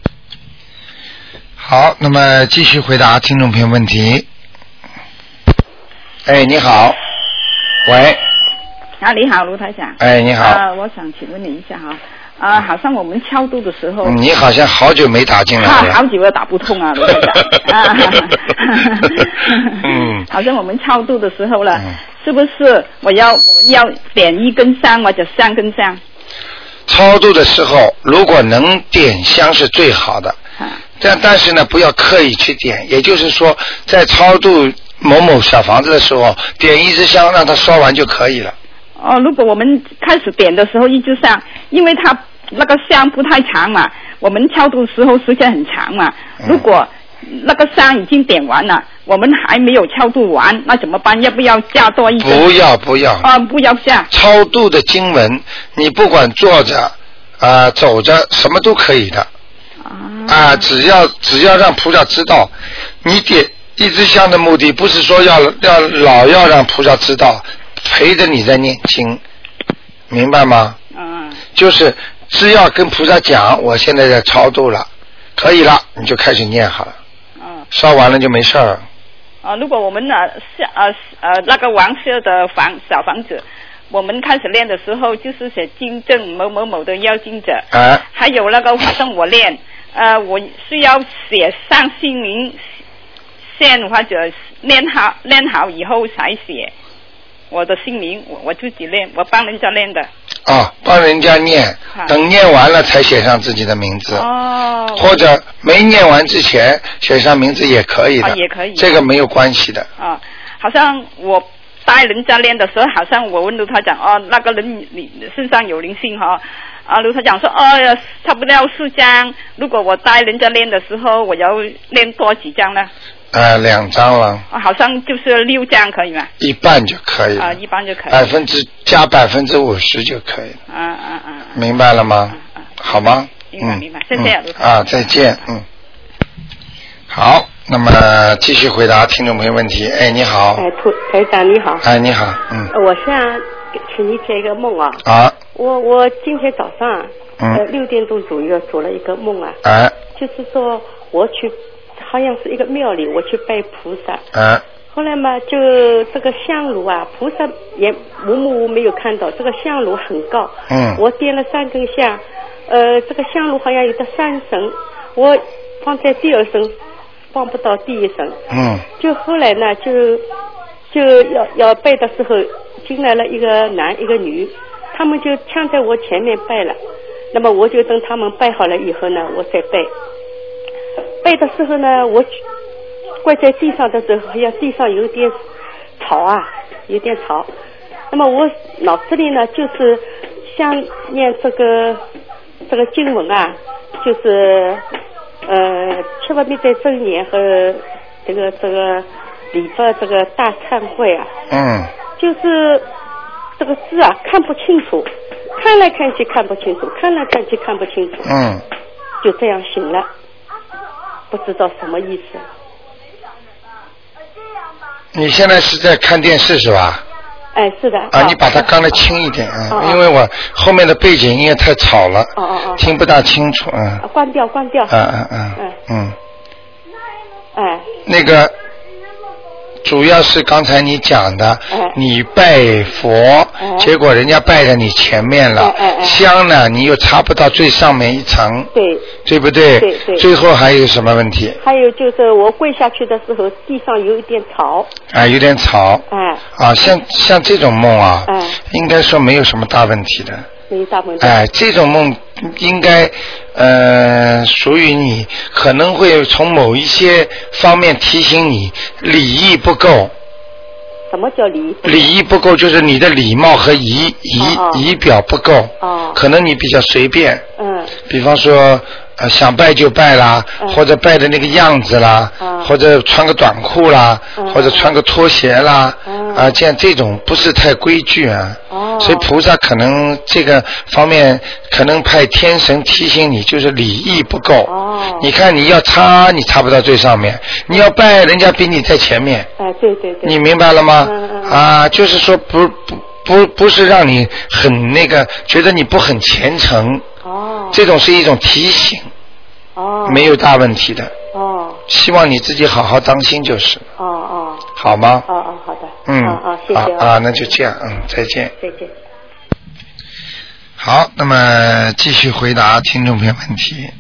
A: 好，那么继续回答听众朋友问题。哎，你好。喂。
I: 你好，卢台长。
A: 哎，你好。
I: 我想请问你一下哈，好像我们超度的时候。
A: 你好像好久没打进来了。
I: 好久都打不通啊，卢台长。好像我们超度的时候了，是不是我要点1根香或者3根香？
A: 超度的时候，如果能点香是最好的。但是呢，不要刻意去点，也就是说，在超度某某小房子的时候，点1支香，让它烧完就可以了。
I: 如果我们开始点的时候1支香，因为它那个香不太长嘛，我们超度的时候时间很长嘛，如果那个香已经点完了，我们还没有超度完，那怎么办？要不要加多1根？
A: 不要。
I: 不要加。
A: 超度的经文，你不管坐着走着什么都可以的。只要让菩萨知道，你点1支香的目的不是说要让菩萨知道，陪着你在念经，明白吗？就是只要跟菩萨讲，我现在在超度了，可以了，你就开始念好了。烧完了就没事儿。
I: 如果我们那个黄色的小房子，我们开始练的时候就是写金正某某某的要经者，还有那个好像我练我需要写上姓名线或者练好以后才写我的姓名，我自己练，我帮人家练的。
A: 帮人家念，等念完了才写上自己的名字。或者没念完之前写上名字也可以的。
I: 也可以。
A: 这个没有关系的。
I: 好像我带人家练的时候，好像我问卢台长那个人你身上有灵性卢台长说差不多4张，如果我带人家练的时候，我要练多几张呢
A: ？2张了。
I: 好像就是6张可以吗？
A: 一半就可以了。
I: 一半就可以。
A: 加50%就可以了。明白了吗？好吗？
I: 明白。谢谢卢台长。
A: 再见。好，那么继续回答听众朋友问题。哎，你好。
J: 台长你好。
A: 你好。
J: 我想请你解一个梦我今天早上6点钟左右做了一个梦就是说我去好像是一个庙里，我去拜菩萨后来嘛就这个香炉菩萨也我没有看到，这个香炉很高我点了3根香这个香炉好像有的3绳，我放在第2绳放不到第1绳就后来呢就要拜的时候进来了一个男一个女，他们就抢在我前面拜了，那么我就等他们拜好了以后呢我再拜的时候呢，我跪在地上的时候，好像地上有点草那么我脑子里呢就是想念这个经文就是7万遍在正念和这个礼佛这个大忏悔就是这个字看不清楚，看来看去看不清楚，看来看去看不清楚就这样醒了，不知道什么意思。
A: 你现在是在看电视是吧？
K: 哎，是的。
A: 啊，你把它刚才轻一点啊，因为我后面的背景音乐太吵了，听不大清楚，
K: 关掉。哎。
A: 那个。主要是刚才你讲的，你拜佛，结果人家拜在你前面了，香呢你又插不到最上面一层，对不对？
K: 对。
A: 最后还有什么问题？
K: 还有就是我跪下去的时候，地上有一点草。
A: 有点草。像这种梦啊，应该说没有什么大问题的。
K: 没大问题。
A: 这种梦应该属于你，可能会从某一些方面提醒你礼仪不够。
K: 什么叫礼仪？
A: 礼仪不够就是你的礼貌和仪表不够。可能你比较随便。比方说想拜就拜啦，或者拜的那个样子啦，或者穿个短裤啦，或者穿个拖鞋啦，这种不是太规矩啊。所以菩萨可能这个方面可能派天神提醒你，就是礼仪不够。你看你要插，你插不到最上面；你要拜，人家比你在前面。
K: 对。
A: 你明白了吗？就是说不是让你很那个，觉得你不很虔诚。这种是一种提醒。没有大问题的。希望你自己好好当心就是。好吗？
K: 好的。谢谢。
A: 那就这样，再见。
K: 再见。
A: 好，那么继续回答听众朋友问题。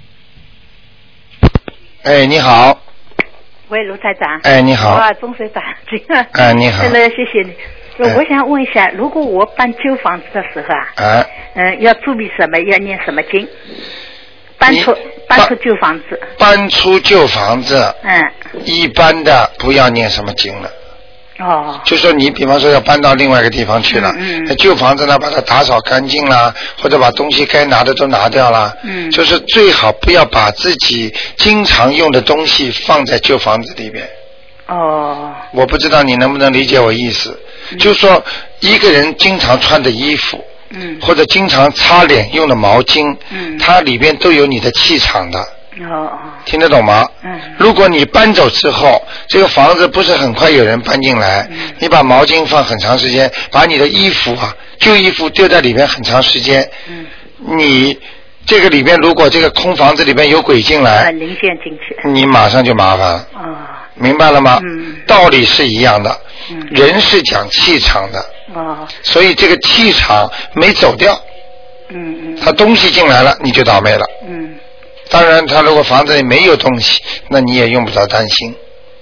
A: 你好。
L: 喂，卢台长。
A: 你好。
L: 钟水长。
A: 你好。
L: 谢谢你。我想问一下，如果我搬旧房子的时候要注意什么？要念什么经？搬出旧房子。
A: 搬出旧房子。一般的不要念什么经了。就说你比方说要搬到另外一个地方去了，旧房子呢把它打扫干净啦，或者把东西该拿的都拿掉了，就是最好不要把自己经常用的东西放在旧房子里边。我不知道你能不能理解我意思，就是说一个人经常穿的衣服，或者经常擦脸用的毛巾，它里边都有你的气场的。听得懂吗？如果你搬走之后，这个房子不是很快有人搬进来，你把毛巾放很长时间，把你的衣服旧衣服丢在里面很长时间，你这个里面如果这个空房子里面有鬼进来，
L: 零件进去，
A: 你马上就麻烦了。明白了吗？道理是一样的。人是讲气场的。所以这个气场没走掉。他东西进来了，你就倒霉了。当然他如果房子里没有东西，那你也用不着担心。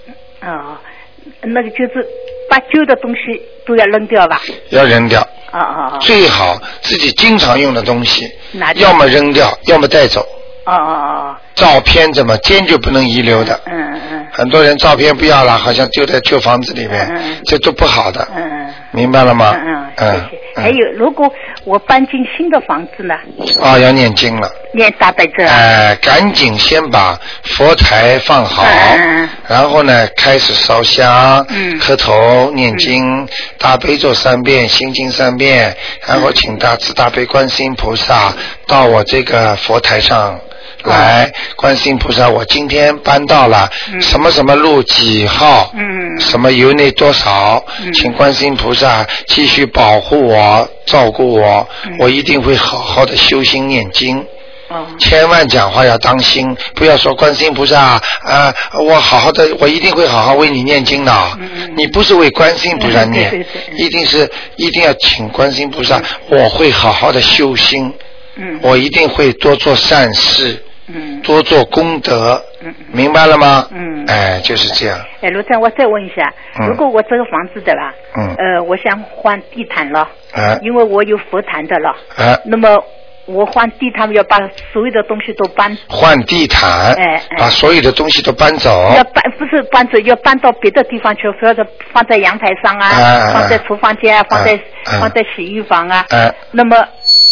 L: 那个就是把旧的东西都要扔掉吧？
A: 要扔掉。最好自己经常用的东西，要么扔掉，要么带走。照片怎么坚决不能遗留的。很多人照片不要了，好像丢在旧房子里面，这都不好的。明白了吗？
L: 谢谢。还有，如果我搬进新的房子呢？
A: 要念经了。
L: 念大悲咒。
A: 赶紧先把佛台放好，然后呢开始烧香，磕头念经，大悲咒3遍，心经3遍，然后请大慈大悲观世音菩萨到我这个佛台上来。观世音菩萨，我今天搬到了什么什么路几号，什么由内多少，请观世音菩萨继续保护我，照顾我，我一定会好好的修心念经。千万讲话要当心，不要说观世音菩萨我好好的，我一定会好好为你念经的。你不是为观世音菩萨念，一定要请观世音菩萨，我会好好的修心，我一定会多做善事，多做功德，明白了吗？就是这样。
L: 卢站，我再问一下，如果我这个房子的吧，我想换地毯了，因为我有佛坛的了，那么我换地毯要把所有的东西都搬。
A: 换地毯，把所有的东西都搬走。
L: 不是搬走，要搬到别的地方去，或者放在阳台上放在厨房间放在洗浴房那么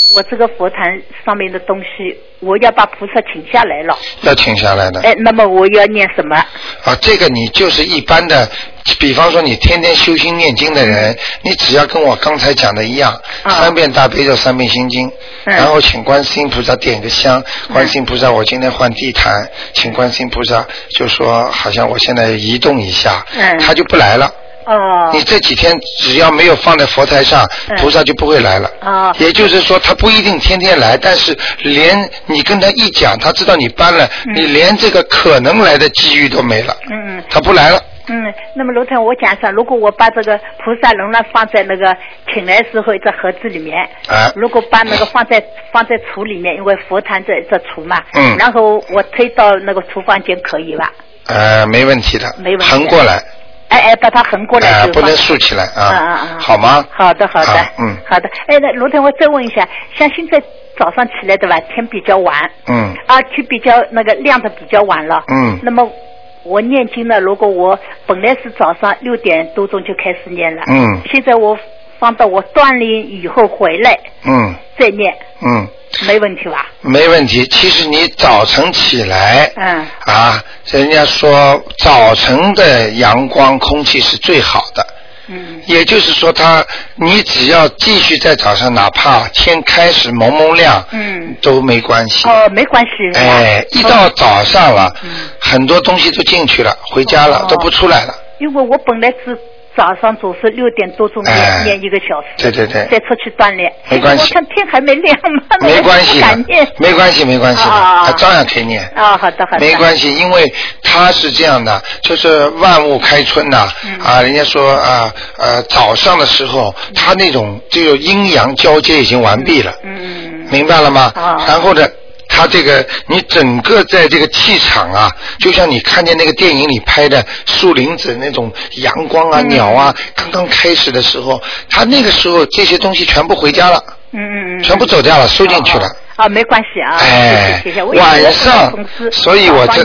L: 我这个佛坛上面的东西，我要把菩萨请下来了。
A: 要请下来的。
L: 那么我要念什么？
A: 这个你就是一般的，比方说你天天修心念经的人，你只要跟我刚才讲的一样，3遍大悲咒，3遍心经，然后请观世音菩萨点个香，观世音菩萨我今天换地毯，请观世音菩萨就说好像我现在移动一下，他就不来了。你这几天只要没有放在佛台上，菩萨就不会来了。也就是说他不一定天天来，但是连你跟他一讲，他知道你搬了，你连这个可能来的机遇都没了。他不来了。
L: 那么罗台我讲一下，如果我把这个菩萨仍然放在那个请来时候这盒子里面，如果把那个放在橱里面，因为佛坛这橱嘛，然后我推到那个厨房间可以吧？
A: 没问题的，
L: 没问题，
A: 横过来。
L: 把它横过来就
A: 不能竖起来好吗？
L: 好的，好的。那罗台我再问一下，像现在早上起来的吧，天比较晚，天比较那个亮的比较晚了，那么我念经呢，如果我本来是早上6点多钟就开始念了，现在我放到我锻炼以后回来，再念，没问题吧？
A: 没问题。其实你早晨起来，人家说早晨的阳光空气是最好的，也就是说你只要继续在早上，哪怕天开始蒙蒙亮，都没关系。
L: 没关系。
A: 一到早上了，很多东西都进去了，回家了，都不出来了。
L: 因为我本来是早上总是6点多钟念1个小时，
A: 对，
L: 再出去锻炼。
A: 没关系，
L: 我看天还没亮嘛，
A: 没关系的，没关系的，照样可以念。
L: 好的。
A: 没关系，因为它是这样的，就是万物开春呐，人家说早上的时候，它那种这个阴阳交接已经完毕了，明白了吗？然后呢，它这个你整个在这个气场就像你看见那个电影里拍的树林子那种阳光鸟刚刚开始的时候，它那个时候这些东西全部回家了，全部走掉了，收进去了。
L: 没关系谢谢。
A: 晚上，所以我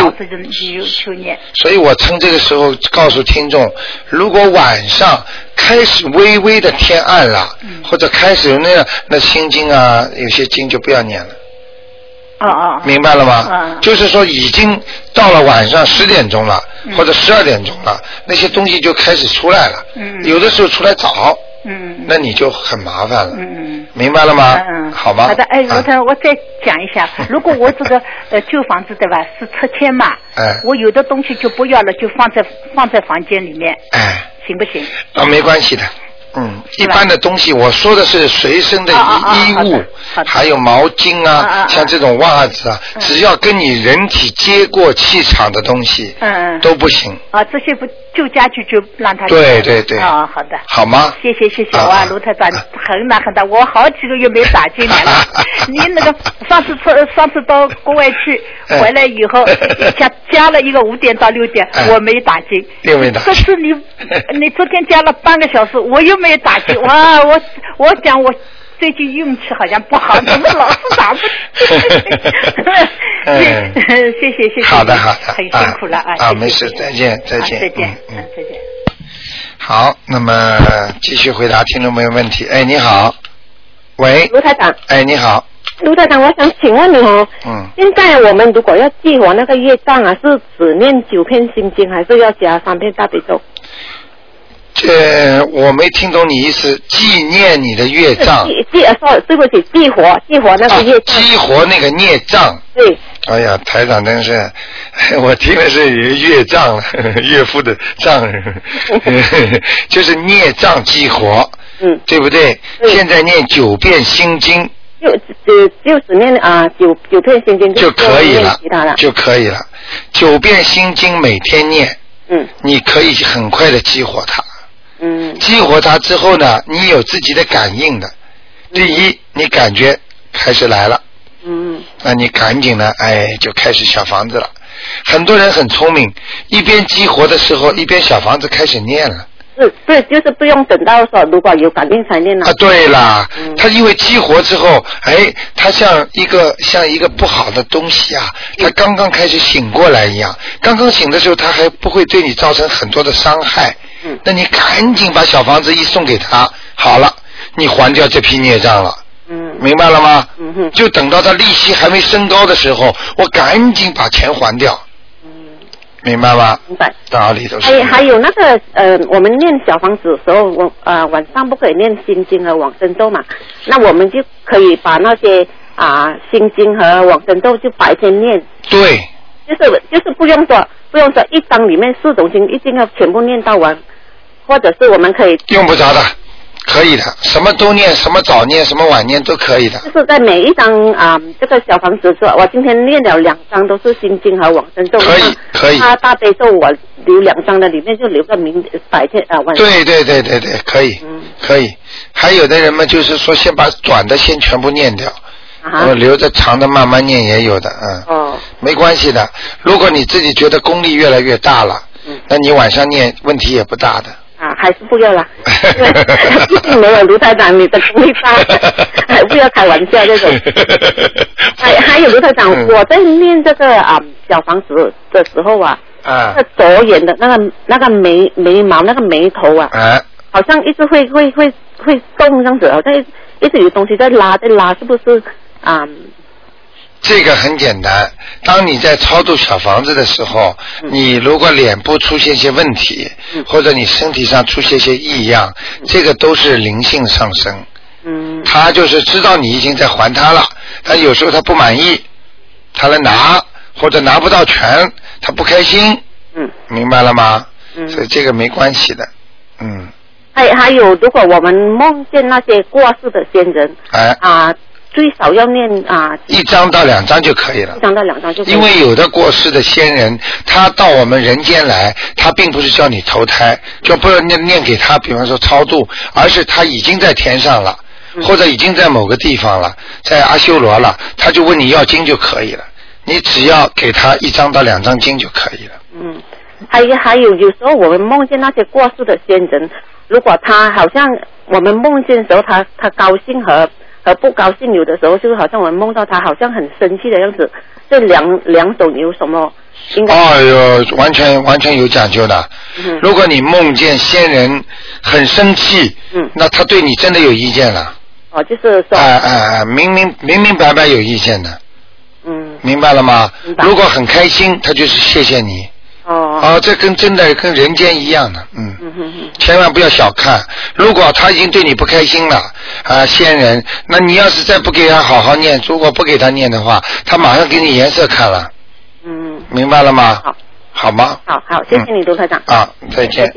A: 趁这个时候告诉听众，如果晚上开始微微的天暗了，或者开始有那心经有些经就不要念了。明白了吗？就是说已经到了晚上10点钟了，或者12点钟了，那些东西就开始出来了。有的时候出来早，那你就很麻烦了。明白了吗？好吗？
L: 好的。罗台，我再讲一下，如果我这个旧房子对吧，是拆迁嘛，我有的东西就不要了，就放在房间里面，行不行？
A: 没关系的。一般的东西，我说的是随身的衣物，还有毛巾像这种袜子只要跟你人体接过气场的东西，都不行。
L: 这些不旧家具就让它。
A: 对。
L: 好的。
A: 好吗？
L: 谢谢。哇，卢台长很大，我好几个月没打进来了。你那个上次到国外去回来以后，加了一个5点到6点，我没打进。
A: 又没打进。
L: 可是你昨天加了半个小时，我又没打进。哇，我讲我最近运气好像不好，怎么老是打不进？谢谢。
A: 好的，
L: 很辛苦了
A: 没事，再见。
L: 再见。
A: 好，那么继续回答听众朋友问题。你好，喂，
K: 卢台长。
A: 你好，
K: 卢台长，我想请问你现在我们如果要激活那个业障是只念9篇心经，还是要加3篇大悲咒？
A: 我没听懂你意思，纪念你的业障。
K: 对不起，激活那个业障。
A: 激活那个孽障。
K: 对。
A: 哎呀，台长真是，我听的是业障，岳父的障，就是孽障激活，对不对？现在念9遍心经。
K: 就只念9篇心经
A: 就可以了，就可以了。9遍心经每天念，你可以很快的激活它。激活它之后呢，你有自己的感应的。第一，你感觉开始来了，那你赶紧呢，就开始小房子了。很多人很聪明，一边激活的时候，一边小房子开始念了。
K: 对，就是不用等到说如果有感应才念了。
A: 对啦，它因为激活之后，它像一个不好的东西它刚刚开始醒过来一样。刚刚醒的时候，它还不会对你造成很多的伤害。那你赶紧把小房子一送给他，好了，你还掉这批孽障了。 明白了吗？就等到他利息还没升高的时候，我赶紧把钱还掉。明白吗？
K: 明白。
A: 道理都是。
K: 还有那个我们念小房子的时候，晚上不可以念心经和往生咒嘛？那我们就可以把那些心经和往生咒就白天念。
A: 对。
K: 就是不用说一章里面4种经一定要全部念到完，或者是我们可以
A: 用不着的。可以的，什么都念，什么早念，什么晚念都可以的。
K: 就是在每一张这个小房子说，我今天念了2张都是心经和往生咒。
A: 可以。
K: 他大悲咒我留2张的里面就留个白天晚上。
A: 对，可以。可以。还有的人们就是说先把短的先全部念掉，留着长的慢慢念也有的，没关系的。如果你自己觉得功力越来越大了，那你晚上念问题也不大的。
K: 还是不要了，毕竟没有卢台长你的功力大，不要开玩笑这种。还有卢台长，我在念这个小房子的时候左眼的那个眉毛那个眉头好像一直会动这样子，好像一直有东西在拉，是不是
A: 这个很简单，当你在超度小房子的时候，你如果脸部出现些问题，或者你身体上出现些异样，这个都是灵性上升。他就是知道你已经在还他了，但有时候他不满意，他来拿或者拿不到全，他不开心。明白了吗？所以这个没关系的。
K: 还有，如果我们梦见那些过世的先人，最少要念
A: 1张到2张就可以了。
K: 1张到2张就可以。
A: 因为有的过世的先人，他到我们人间来，他并不是叫你投胎，就不是念给他，比方说超度，而是他已经在天上了，或者已经在某个地方了，在阿修罗了，他就问你要经就可以了。你只要给他1张到2张经就可以了。
K: 还有时候我们梦见那些过世的先人，如果他好像我们梦见的时候，他高兴和不高兴，有的时候就好像我们梦到他好像很生气的样子，这两种有什么应该？
A: 完全有讲究的。如果你梦见先人很生气，那他对你真的有意见了。
K: 就是说
A: 明白白有意见的。明白了吗？如果很开心，他就是谢谢你。这真的跟人间一样的。千万不要小看，如果他已经对你不开心了先人，那你要是再不给他好好念，如果不给他念的话，他马上给你颜色看了。明白了吗？好吗？
K: 好，谢谢你卢台长。
A: 再见。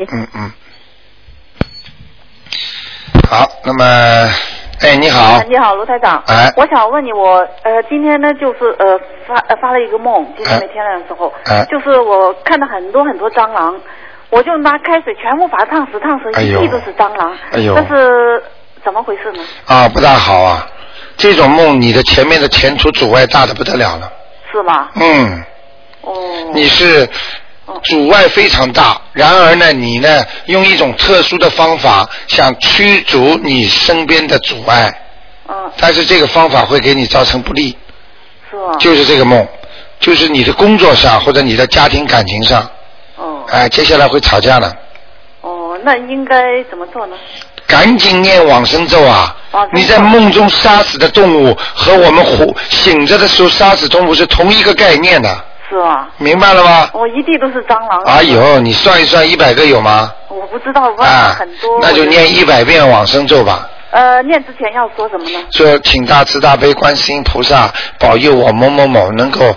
A: 好，那么你好。
M: 你好，卢台长。我想问你，我今天呢就是发了一个梦，今天没天亮的时候，就是我看到很多蟑螂，我就拿开水全部把它烫死，一地都是蟑螂。这是怎么回事呢？
A: 不大好啊！这种梦，你的前面的前途阻碍大的不得了了。
M: 是吗？
A: 你是阻碍非常大，然而呢，你呢用一种特殊的方法想驱逐你身边的阻碍，但是这个方法会给你造成不利。
M: 是吗？
A: 就是这个梦，就是你的工作上或者你的家庭感情上，接下来会吵架的。
M: 那应该怎么做呢？
A: 赶紧念往生咒啊！你在梦中杀死的动物和我们醒着的时候杀死动物是同一个概念的。
M: 是啊。
A: 明白了吗？
M: 一地都是蟑螂。
A: 你算一算100个有吗？
M: 我不知道，很多。
A: 那就念100遍往生咒吧。
M: 念之前要说什么呢？
A: 说请大慈大悲观世音菩萨保佑我某某某能够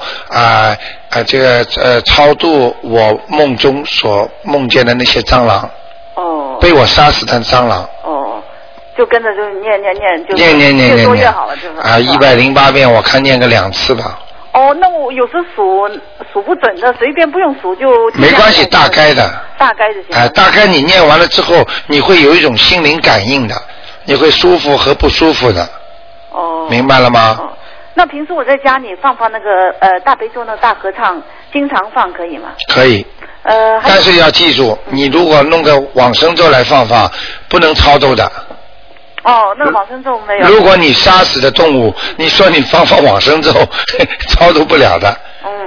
A: 超度我梦中所梦见的那些蟑螂。被我杀死的蟑螂。
M: 就跟着就念，就
A: 念
M: 越多越好了，就是
A: 108遍，我看念个2次吧。
M: 那我有时数不准的，随便不用数就。
A: 没关系，大概就
M: 行。
A: 大概你念完了之后，你会有一种心灵感应的，你会舒服和不舒服的。明白了吗？
M: 那平时我在家里放那个大悲咒的大合唱，经常放可以吗？
A: 可以。但是要记住，你如果弄个往生咒来放，不能超度的。
M: 那个往生咒没有。
A: 如果你杀死的动物，你说你放往生咒，超度不了的。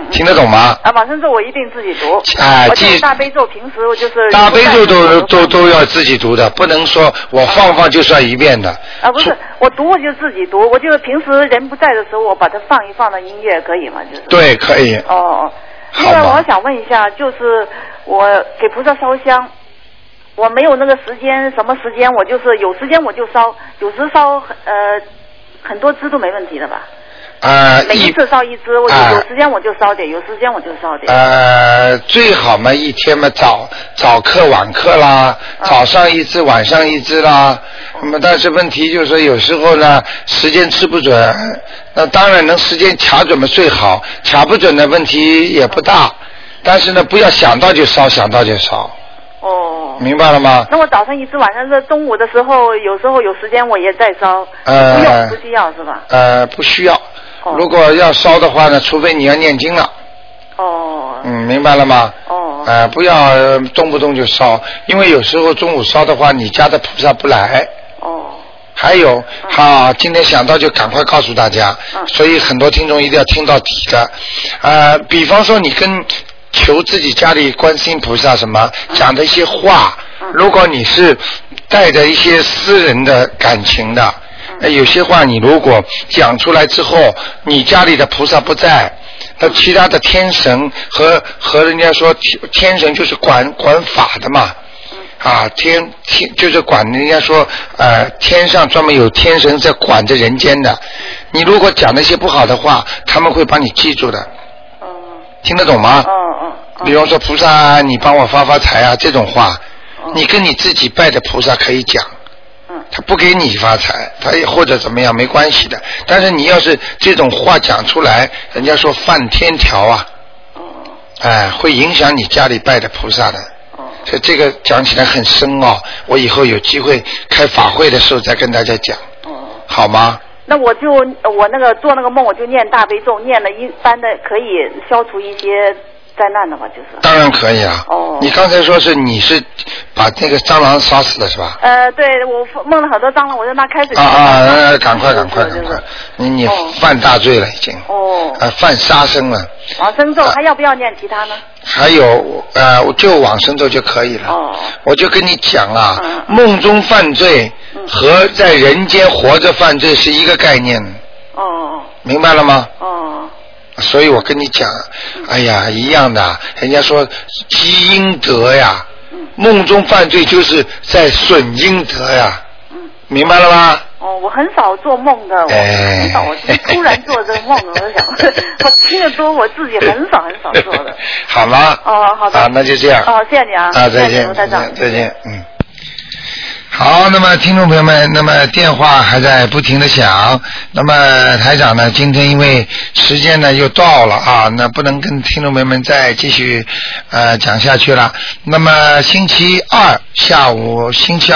A: 听得懂吗？
M: 往生咒我一定自己读。
A: 我
M: 记大悲咒，平时我就是。
A: 大悲咒都要自己读的，不能说我放就算一遍的。
M: 不是，我读我就自己读，我就是平时人不在的时候，我把它放一放的音乐可以吗？就是。
A: 对，可以。
M: 哦。另外，我想问一下，就是我给菩萨烧香，我没有那个时间，什么时间我就是有时间我就烧，有时烧很多支都没问题的吧？每一次烧一支，我有时间我就烧点，有时间我就烧点。
A: 最好嘛，一天嘛早课晚课啦，早上一支，晚上一支啦。那么但是问题就是说，有时候呢时间吃不准，那当然能时间卡准嘛最好，卡不准的问题也不大。但是呢，不要想到就烧，想到就烧。
M: 哦，
A: 明白了吗？
M: 那我早上一支，晚上是中午的时候，有时候有时间我也在烧。不需要是吧？
A: 不需要。如果要烧的话呢，除非你要念经了。明白了吗？不要动不动就烧，因为有时候中午烧的话，你家的菩萨不来。还有今天想到就赶快告诉大家，所以很多听众一定要听到底的。比方说你跟求自己家里观世音菩萨什么讲的一些话，如果你是带着一些私人的感情的。有些话你如果讲出来之后，你家里的菩萨不在，那其他的天神和人家说天神就是管法的嘛，天就是管人家说天上专门有天神在管着人间的，你如果讲那些不好的话，他们会帮你记住的。听得懂吗？比方说菩萨你帮我发发财啊这种话，你跟你自己拜的菩萨可以讲。他不给你发财，他也或者怎么样没关系的，但是你要是这种话讲出来，人家说犯天条啊，会影响你家里拜的菩萨的。所以这个讲起来很深哦，我以后有机会开法会的时候再跟大家讲，好吗？
M: 那我那个做那个梦，我就念大悲咒，念了一般的可以消除一些灾难的嘛，就是。
A: 当然可以啊。你刚才说你是把那个蟑螂杀死了是吧？
M: 对，我梦了很多蟑螂，我让它开始。
A: 赶快！你犯大罪了已经。犯杀生了。
M: 往生咒还要不要念其他呢？
A: 还有就往生咒就可以了。我就跟你讲啊，梦中犯罪和在人间活着犯罪是一个概念。明白了吗？所以我跟你讲，哎呀，一样的，人家说积阴德呀，梦中犯罪就是在损阴德呀，明白了吗？
M: 我很少做梦的，很少，我突然做这个梦，我想，我听得多，我自己很少做的。
A: 好吗？
M: 好的。
A: 那就这样。
M: 谢谢你啊。
A: 再见，再见，好，那么听众朋友们，那么电话还在不停的响，那么台长呢，今天因为时间呢又到了那不能跟听众朋友们再继续讲下去了。那么星期二下午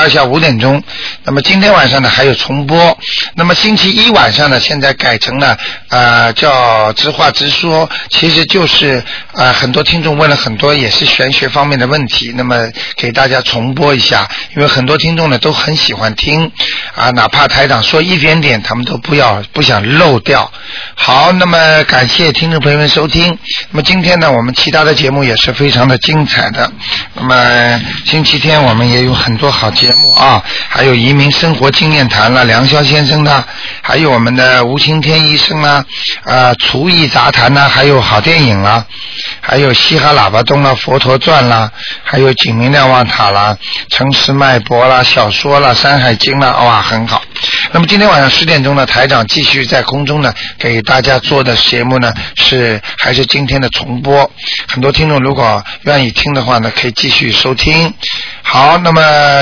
A: 5点钟，那么今天晚上呢还有重播。那么星期一晚上呢，现在改成了叫直话直说，其实就是很多听众问了很多也是玄学方面的问题，那么给大家重播一下，因为很多听众都很喜欢听哪怕台长说一点点他们都不想漏掉。好，那么感谢听众朋友们收听。那么今天呢，我们其他的节目也是非常的精彩的。那么星期天我们也有很多好节目还有移民生活经验谈了，梁霄先生的，还有我们的吴晴天医生啦，厨艺杂谈啦，还有好电影啦，还有嘻哈喇叭东啦，佛陀传啦，还有景明瞭望塔啦，城市脉搏啦，小说啦，山海经啦，哇，很好。那么今天晚上10点钟呢，台长继续在空中呢给大家做的节目呢还是今天的重播，很多听众如果愿意听的话呢，可以继续收听。好，那么